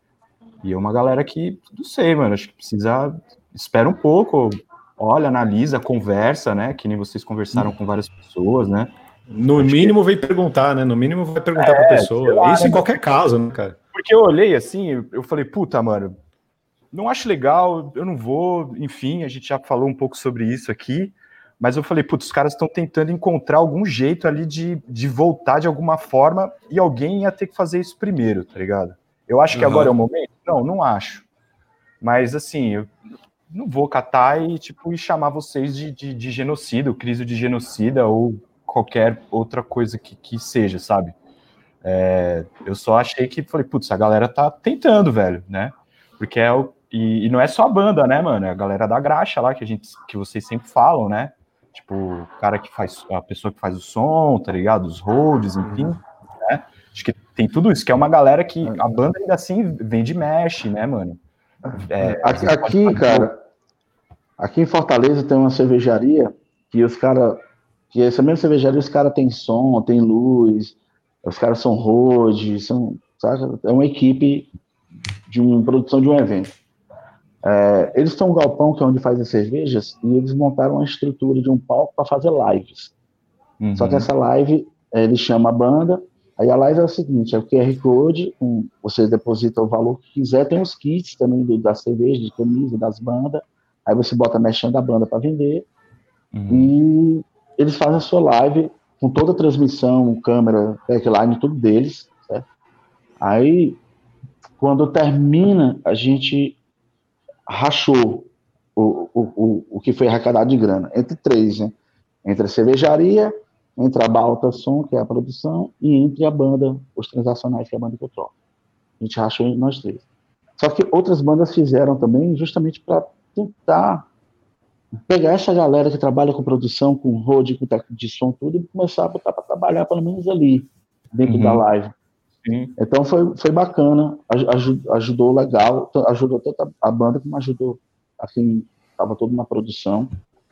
E é uma galera que, não sei, mano, acho que precisa... Espera um pouco, olha, analisa, conversa, né? Que nem vocês conversaram com várias pessoas, né? No acho mínimo que... vem perguntar, né? No mínimo vai perguntar é, pra pessoa. lá, Isso né? em qualquer caso, né, cara? Porque eu olhei assim, eu falei, puta, mano, não acho legal, eu não vou, enfim, a gente já falou um pouco sobre isso aqui, mas eu falei, putz, os caras estão tentando encontrar algum jeito ali de, de voltar de alguma forma e alguém ia ter que fazer isso primeiro, tá ligado? Eu acho que uhum. agora é o momento? Não, não acho. Mas, assim, eu não vou catar e, tipo, e chamar vocês de, de, de genocida, ou crise de genocida, ou qualquer outra coisa que, que seja, sabe? É, eu só achei que, falei, putz, a galera tá tentando, velho, né? Porque é o... E, e não é só a banda, né, mano? É a galera da graxa lá, que, a gente, que vocês sempre falam, né? Tipo, o cara que faz... A pessoa que faz o som, tá ligado? Os holds, enfim, né? Acho que tem tudo isso, que é uma galera que... A banda ainda assim vende mesh, né, mano? É, aqui, aqui cara, aqui em Fortaleza tem uma cervejaria que os caras... Que essa mesma cervejaria, os caras tem som, tem luz... Os caras são road, são, sabe? É uma equipe de uma produção de um evento. É, eles têm um galpão que é onde faz as cervejas e eles montaram uma estrutura de um palco para fazer lives. Uhum. Só que essa live, é, eles chamam a banda, aí a live é o seguinte, é o Q R Code, um, você deposita o valor que quiser, tem os kits também do, da cerveja, de camisa, das bandas, aí você bota a mexendo da banda para vender, uhum. E eles fazem a sua live com toda a transmissão, câmera, backline, tudo deles, certo? Aí, quando termina, a gente rachou o, o, o, o que foi arrecadado de grana, entre três, né? Entre a cervejaria, entre a Balta Som, que é a produção, e entre a banda, os transacionais, que é a banda que eu troco. A gente rachou em nós três. Só que outras bandas fizeram também, justamente para tentar pegar essa galera que trabalha com produção, com road, com técnico de som, tudo, e começar a botar para trabalhar, pelo menos ali, dentro uhum. da live. Sim. Então foi, foi bacana, ajudou, ajudou legal, ajudou tanto a banda como ajudou a quem estava todo na produção.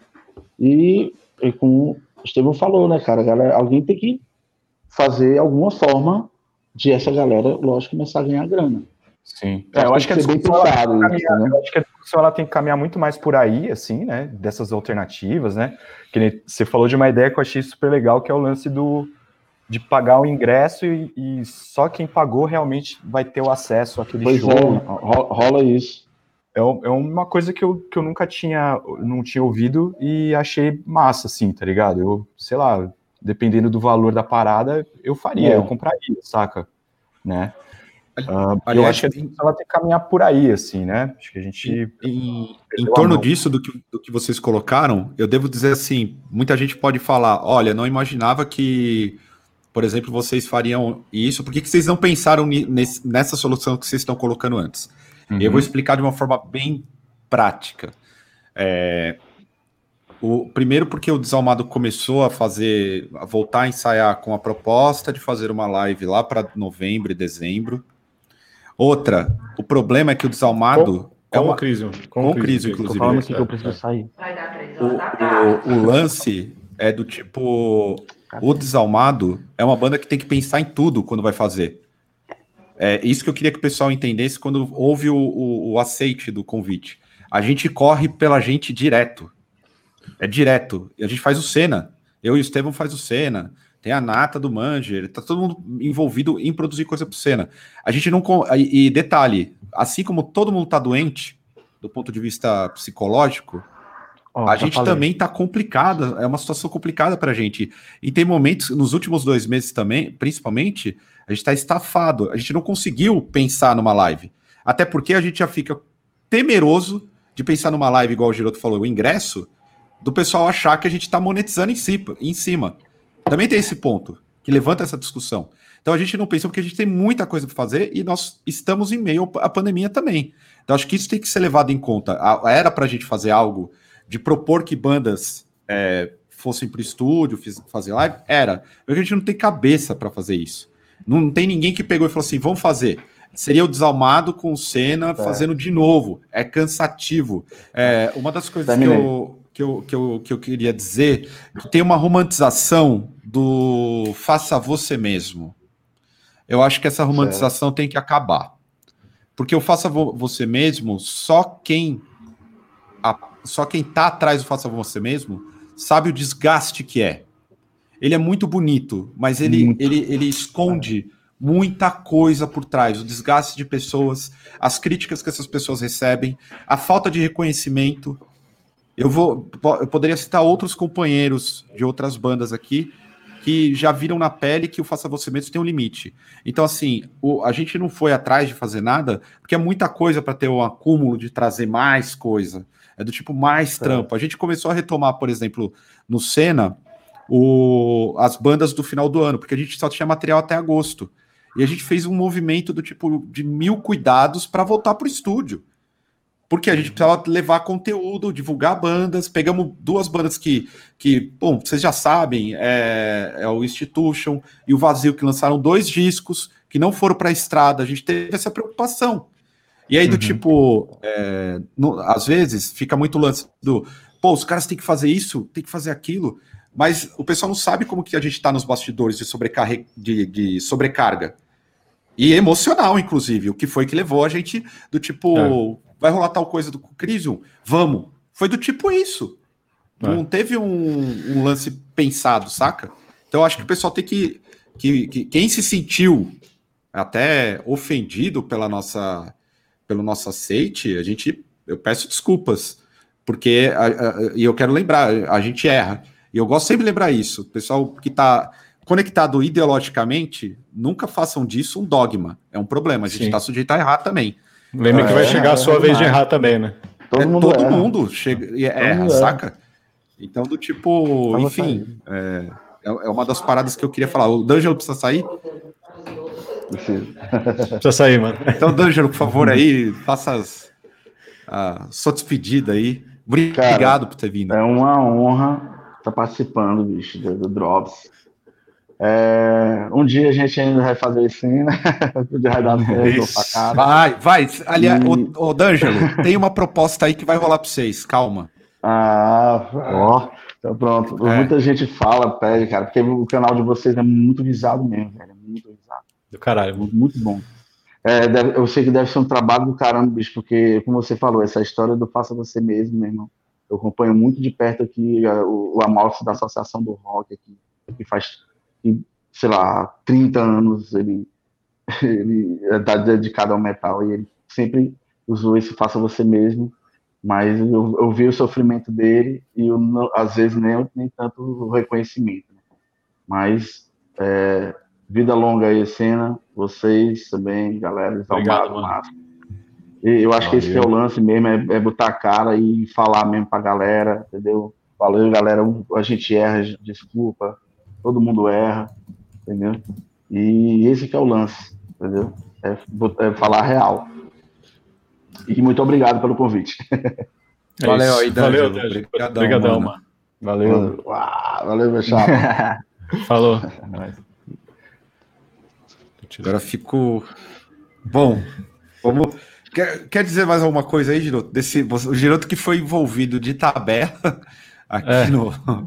E, e como o Estevão falou, né, cara, galera, alguém tem que fazer alguma forma de essa galera, lógico, começar a ganhar grana. Sim, é, eu, acho que a discussão, pensado, ela isso, né? eu acho que a discussão ela tem que caminhar muito mais por aí, assim, né, dessas alternativas, né, que nem, você falou de uma ideia que eu achei super legal, que é o lance do, de pagar o ingresso e, e só quem pagou realmente vai ter o acesso àquele pois show. É, rola isso. É, é uma coisa que eu, que eu nunca tinha, não tinha ouvido e achei massa, assim, tá ligado? Eu, sei lá, dependendo do valor da parada, eu faria, é. eu compraria, saca? Né? Uh, Aliás, eu acho que em, ela tem que caminhar por aí, assim, né? Acho que a gente... Em, em, em torno disso, do que, do que vocês colocaram, eu devo dizer assim, muita gente pode falar, olha, não imaginava que, por exemplo, vocês fariam isso, por que, que vocês não pensaram nesse, nessa solução que vocês estão colocando antes? Uhum. Eu vou explicar de uma forma bem prática. É, O, primeiro porque o Desalmado começou a fazer, a voltar a ensaiar com a proposta de fazer uma live lá para novembro e dezembro. Outra, o problema é que o Desalmado... Com, é com uma, o Crisio. Com o Crisio, inclusive. Tô falando aqui que eu preciso sair. O, o, o lance é do tipo... O Desalmado é uma banda que tem que pensar em tudo quando vai fazer. É isso que eu queria que o pessoal entendesse quando houve o, o, o aceite do convite. A gente corre pela gente direto. É direto. A gente faz o Senna. Eu e o Estevão faz o Senna. Tem a Nata do Manger. Tá todo mundo envolvido em produzir coisa pro Senna. A gente não... E detalhe, assim como todo mundo tá doente, do ponto de vista psicológico, oh, a gente falei. também tá complicada. É uma situação complicada pra gente. E tem momentos, nos últimos dois meses também, principalmente, a gente tá estafado. A gente não conseguiu pensar numa live. Até porque a gente já fica temeroso de pensar numa live, igual o Giroto falou, o ingresso, do pessoal achar que a gente está monetizando em, si, em cima. Também tem esse ponto, que levanta essa discussão. Então a gente não pensa, porque a gente tem muita coisa para fazer e nós estamos em meio à pandemia também. Então acho que isso tem que ser levado em conta. Era para a gente fazer algo de propor que bandas é, fossem para o estúdio, fazer live? Era. Porque a gente não tem cabeça para fazer isso. Não tem ninguém que pegou e falou assim, vamos fazer. Seria o Desalmado com o Senna é. fazendo de novo. É cansativo. É, uma das coisas que eu... Que eu, que, eu, que eu queria dizer, que tem uma romantização do faça você mesmo. Eu acho que essa romantização certo. tem que acabar. Porque o faça vo, você mesmo, só quem a, só quem tá atrás do faça você mesmo sabe o desgaste que é. Ele é muito bonito, mas ele, muito. ele, ele esconde muita coisa por trás. O desgaste de pessoas, as críticas que essas pessoas recebem, a falta de reconhecimento. Eu, vou, eu poderia citar outros companheiros de outras bandas aqui que já viram na pele que o Faça Você Mesmo tem um limite. Então, assim, o, a gente não foi atrás de fazer nada, porque é muita coisa para ter um acúmulo de trazer mais coisa. É do tipo mais é. trampo. A gente começou a retomar, por exemplo, no Senna, o, as bandas do final do ano, porque a gente só tinha material até agosto. E a gente fez um movimento do tipo de mil cuidados para voltar para o estúdio. Porque a gente precisava levar conteúdo, divulgar bandas. Pegamos duas bandas que, que bom, vocês já sabem, é, é o Institution e o Vazio, que lançaram dois discos que não foram para a estrada. A gente teve essa preocupação. E aí, do uhum. tipo, é, no, às vezes, fica muito lance do, pô, os caras têm que fazer isso, têm que fazer aquilo, mas o pessoal não sabe como que a gente está nos bastidores de, sobrecarre... de, de sobrecarga. E emocional, inclusive, o que foi que levou a gente do tipo... É. Vai rolar tal coisa do Crisium? Vamos. Foi do tipo isso. É. Não teve um, um lance pensado, saca? Então, acho que o pessoal tem que, que, que... Quem se sentiu até ofendido pela nossa, pelo nosso aceite, a gente... Eu peço desculpas. Porque, e eu quero lembrar, a gente erra. E eu gosto sempre de lembrar isso. O pessoal que está conectado ideologicamente, nunca façam disso um dogma. É um problema. A gente está sujeito a errar também. Lembra que vai chegar é, a sua é, vez de errar também, né? Todo é, mundo, todo mundo chega e erra, saca? Então, do tipo, Vamos enfim, é, é uma das paradas que eu queria falar. O D'Angelo precisa sair? Precisa sair, mano. Então, D'Angelo, por favor, aí, faça as, a sua despedida aí. Obrigado Cara, por ter vindo. É uma honra estar participando, bicho, do, do Drops. É, um dia a gente ainda vai fazer isso, né? Vai dar certo, vai, vai. Aliás, e... o, o D'Angelo, tem uma proposta aí que vai rolar para vocês, calma. Ah, ó, então pronto. É. Muita gente fala, pede, cara, porque o canal de vocês é muito visado mesmo, velho. Muito visado. Do caralho. Muito, muito bom. É, deve, eu sei que deve ser um trabalho do caramba, bicho, porque, como você falou, essa história do Faça Você Mesmo, meu irmão. Eu acompanho muito de perto aqui o, o Amalfi da Associação do Rock aqui, que faz. E, sei lá, trinta anos ele, ele está dedicado ao metal e ele sempre usou esse Faça Você Mesmo, mas eu, eu vi o sofrimento dele e eu, às vezes nem, nem tanto o reconhecimento. Né? Mas é, vida longa aí, Senna, vocês também, galera, Desalmado, massa. E eu acho Valeu. que esse que é o lance mesmo, é, é botar a cara e falar mesmo pra galera, entendeu? Valeu, galera, a gente erra, desculpa. Todo mundo erra, entendeu? E esse que é o lance, entendeu? É, é falar a real. E muito obrigado pelo convite. É Valeu aí, Valeu, Obrigadão, mano. mano. Valeu. Uau, valeu, meu chapa. Falou. Agora fico... Bom, vamos... Quer, quer dizer mais alguma coisa aí, Giroto? Desse, o Giroto que foi envolvido de tabela aqui é. no...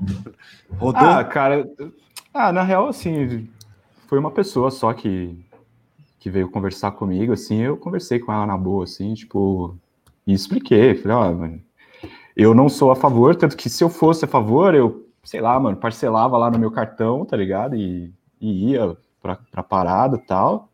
Rodou? Ah, cara... Ah, na real, assim, foi uma pessoa só que, que veio conversar comigo, assim, eu conversei com ela na boa, assim, tipo... E expliquei, falei, ó, mano, eu não sou a favor, tanto que se eu fosse a favor, eu, sei lá, mano, parcelava lá no meu cartão, tá ligado? E, e ia pra, pra parada e tal.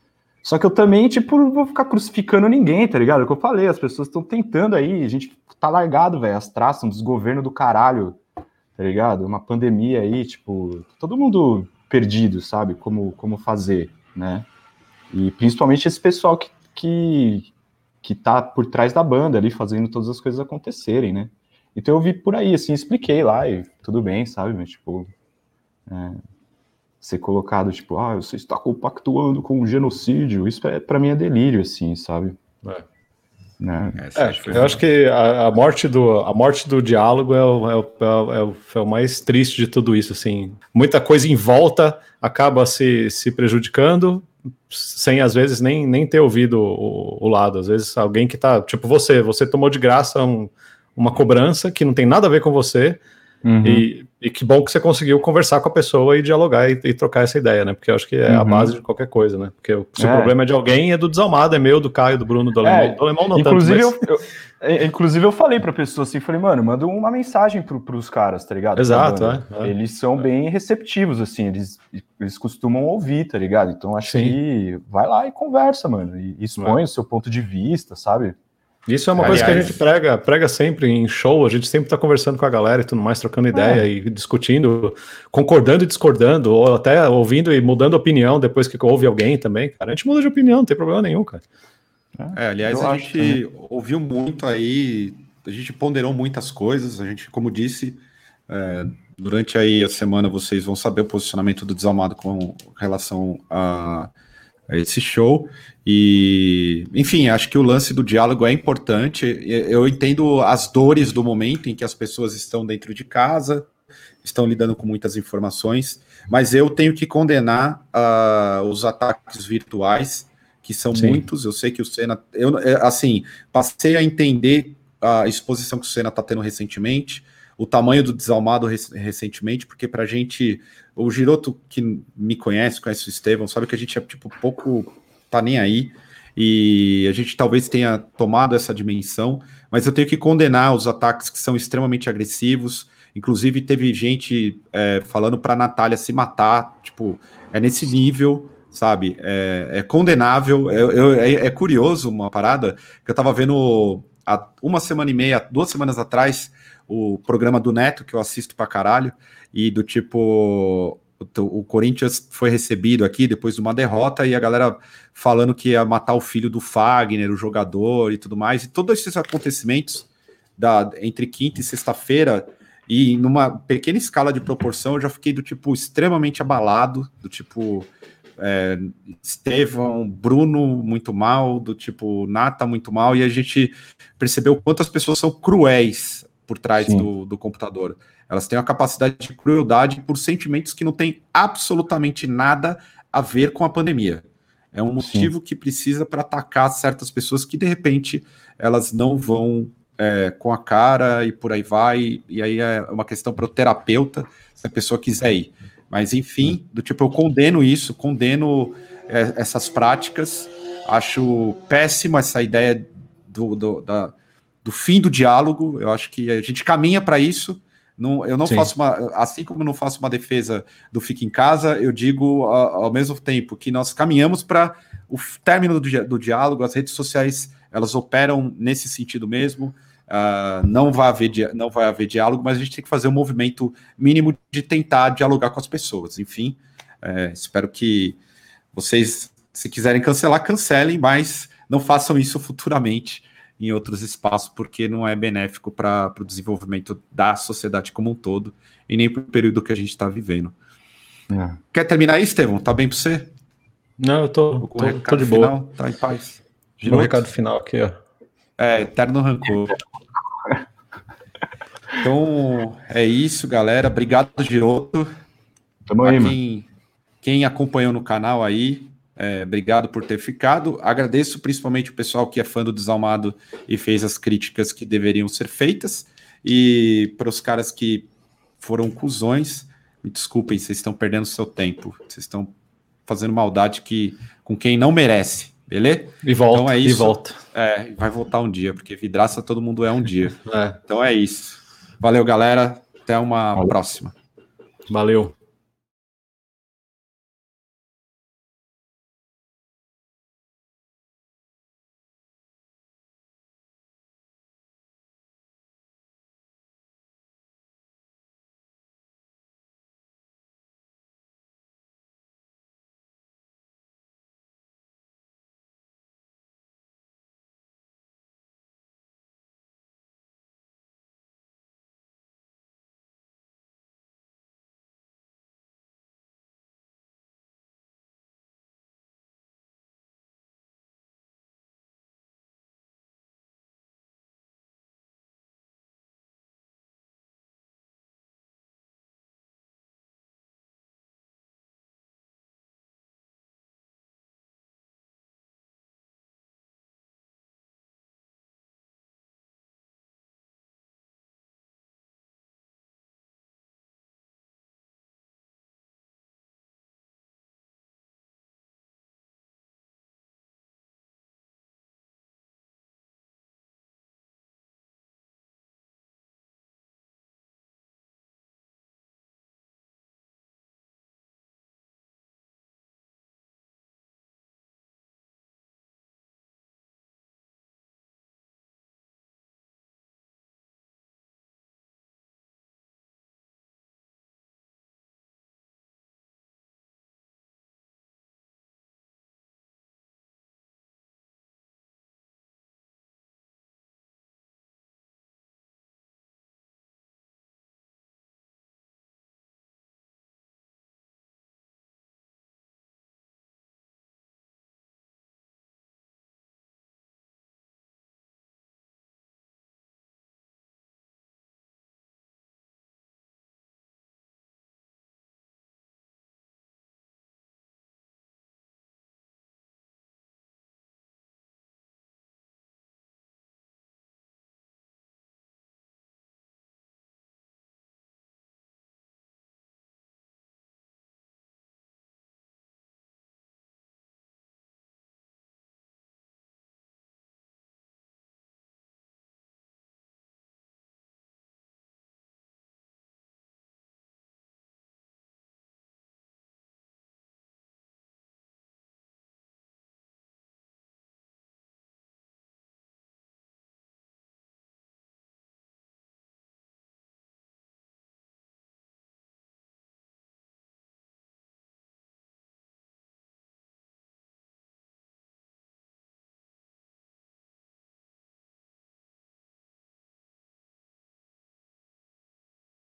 Só que eu também, tipo, não vou ficar crucificando ninguém, tá ligado? É o que eu falei, as pessoas estão tentando aí, a gente tá largado, velho, as traças, um desgoverno do caralho, tá ligado? Uma pandemia aí, tipo, todo mundo perdido, sabe? Como, como fazer, né? E principalmente esse pessoal que, que, que tá por trás da banda ali, fazendo todas as coisas acontecerem, né? Então eu vi por aí, assim, expliquei lá e tudo bem, sabe? Mas, tipo... É... ser colocado, tipo, ah, você está compactuando com um genocídio, isso é, pra mim é delírio, assim, sabe? É. Né? É, eu acho que a, a, morte do, a morte do diálogo é o, é, o, é, o, é o mais triste de tudo isso, assim. Muita coisa em volta acaba se, se prejudicando, sem, às vezes, nem, nem ter ouvido o, o lado. Às vezes, alguém que tá, tipo você, você tomou de graça um, uma cobrança que não tem nada a ver com você, Uhum. E, e que bom que você conseguiu conversar com a pessoa e dialogar e, e trocar essa ideia, né? Porque eu acho que é uhum. a base de qualquer coisa, né? Porque se é. o problema é de alguém, é do Desalmado, é meu, do Caio, do Bruno, do Alemão. É. Do Alemão não inclusive, tanto, mas... eu, eu, inclusive eu falei pra pessoa assim, falei, mano, manda uma mensagem pro, pros caras, tá ligado? Exato, é, é. Eles são é. bem receptivos, assim, eles, eles costumam ouvir, tá ligado? Então acho Sim. que vai lá e conversa, mano, e expõe é. o seu ponto de vista, sabe? Isso é uma Aliás, coisa que a gente prega, prega sempre em show, a gente sempre tá conversando com a galera e tudo mais, trocando ideia é. e discutindo, concordando e discordando, ou até ouvindo e mudando opinião depois que ouve alguém também, cara. A gente muda de opinião, não tem problema nenhum, cara. É, aliás, Eu a gente que... ouviu muito aí, a gente ponderou muitas coisas, a gente, como disse, é, durante aí a semana vocês vão saber o posicionamento do Desalmado com relação a... esse show, e enfim, acho que o lance do diálogo é importante. Eu entendo as dores do momento em que as pessoas estão dentro de casa, estão lidando com muitas informações, mas eu tenho que condenar uh, os ataques virtuais, que são Sim. muitos. Eu sei que o Senna, eu, assim, passei a entender a exposição que o Senna está tendo recentemente, o tamanho do Desalmado recentemente, porque pra gente, o Giroto que me conhece, conhece o Estevão, sabe que a gente é tipo pouco, tá nem aí, e a gente talvez tenha tomado essa dimensão, mas eu tenho que condenar os ataques que são extremamente agressivos. Inclusive teve gente é, falando pra Natália se matar, tipo, é nesse nível, sabe, é, é condenável. Eu, eu, é, é curioso uma parada, que eu tava vendo há uma semana e meia, duas semanas atrás, o programa do Neto, que eu assisto pra caralho, e do tipo, o, o Corinthians foi recebido aqui depois de uma derrota, e a galera falando que ia matar o filho do Fagner, o jogador e tudo mais, e todos esses acontecimentos da, entre quinta e sexta-feira, e numa pequena escala de proporção, eu já fiquei do tipo, extremamente abalado, do tipo... É, Estevão, Bruno muito mal, do tipo Nata muito mal, e a gente percebeu quantas pessoas são cruéis por trás do, do computador. Elas têm a capacidade de crueldade por sentimentos que não tem absolutamente nada a ver com a pandemia. É um motivo Sim. que precisa para atacar certas pessoas que de repente elas não vão é, com a cara e por aí vai, e aí é uma questão para o terapeuta, se a pessoa quiser ir. Mas, enfim, do tipo, eu condeno isso, condeno é, essas práticas, acho péssima essa ideia do, do, da, do fim do diálogo. Eu acho que a gente caminha para isso. Não, eu não Sim. faço uma, assim como eu não faço uma defesa do fique em casa, eu digo ao, ao mesmo tempo que nós caminhamos para o término do, do diálogo. As redes sociais, elas operam nesse sentido mesmo. Uh, não, vai haver, não vai haver diálogo, mas a gente tem que fazer um movimento mínimo de tentar dialogar com as pessoas. Enfim, é, espero que vocês, se quiserem cancelar, cancelem, mas não façam isso futuramente em outros espaços, porque não é benéfico para o desenvolvimento da sociedade como um todo, e nem para o período que a gente está vivendo. É. Quer terminar aí, Estevão? Tá bem para você? Não, eu tô, tô, tô de boa. Final, tá em paz. O recado final aqui, ó. É, eterno rancor. Então, é isso, galera. Obrigado, Giroto. Tamo aí, quem, mano. Quem acompanhou no canal aí, é, obrigado por ter ficado. Agradeço principalmente o pessoal que é fã do Desalmado e fez as críticas que deveriam ser feitas. E para os caras que foram cuzões, me desculpem, vocês estão perdendo seu tempo. Vocês estão fazendo maldade que, com quem não merece, beleza? E volta, então é isso. e volta. É, vai voltar um dia, porque vidraça todo mundo é um dia. É. Então é isso. Valeu, galera. Até uma Valeu. próxima. Valeu.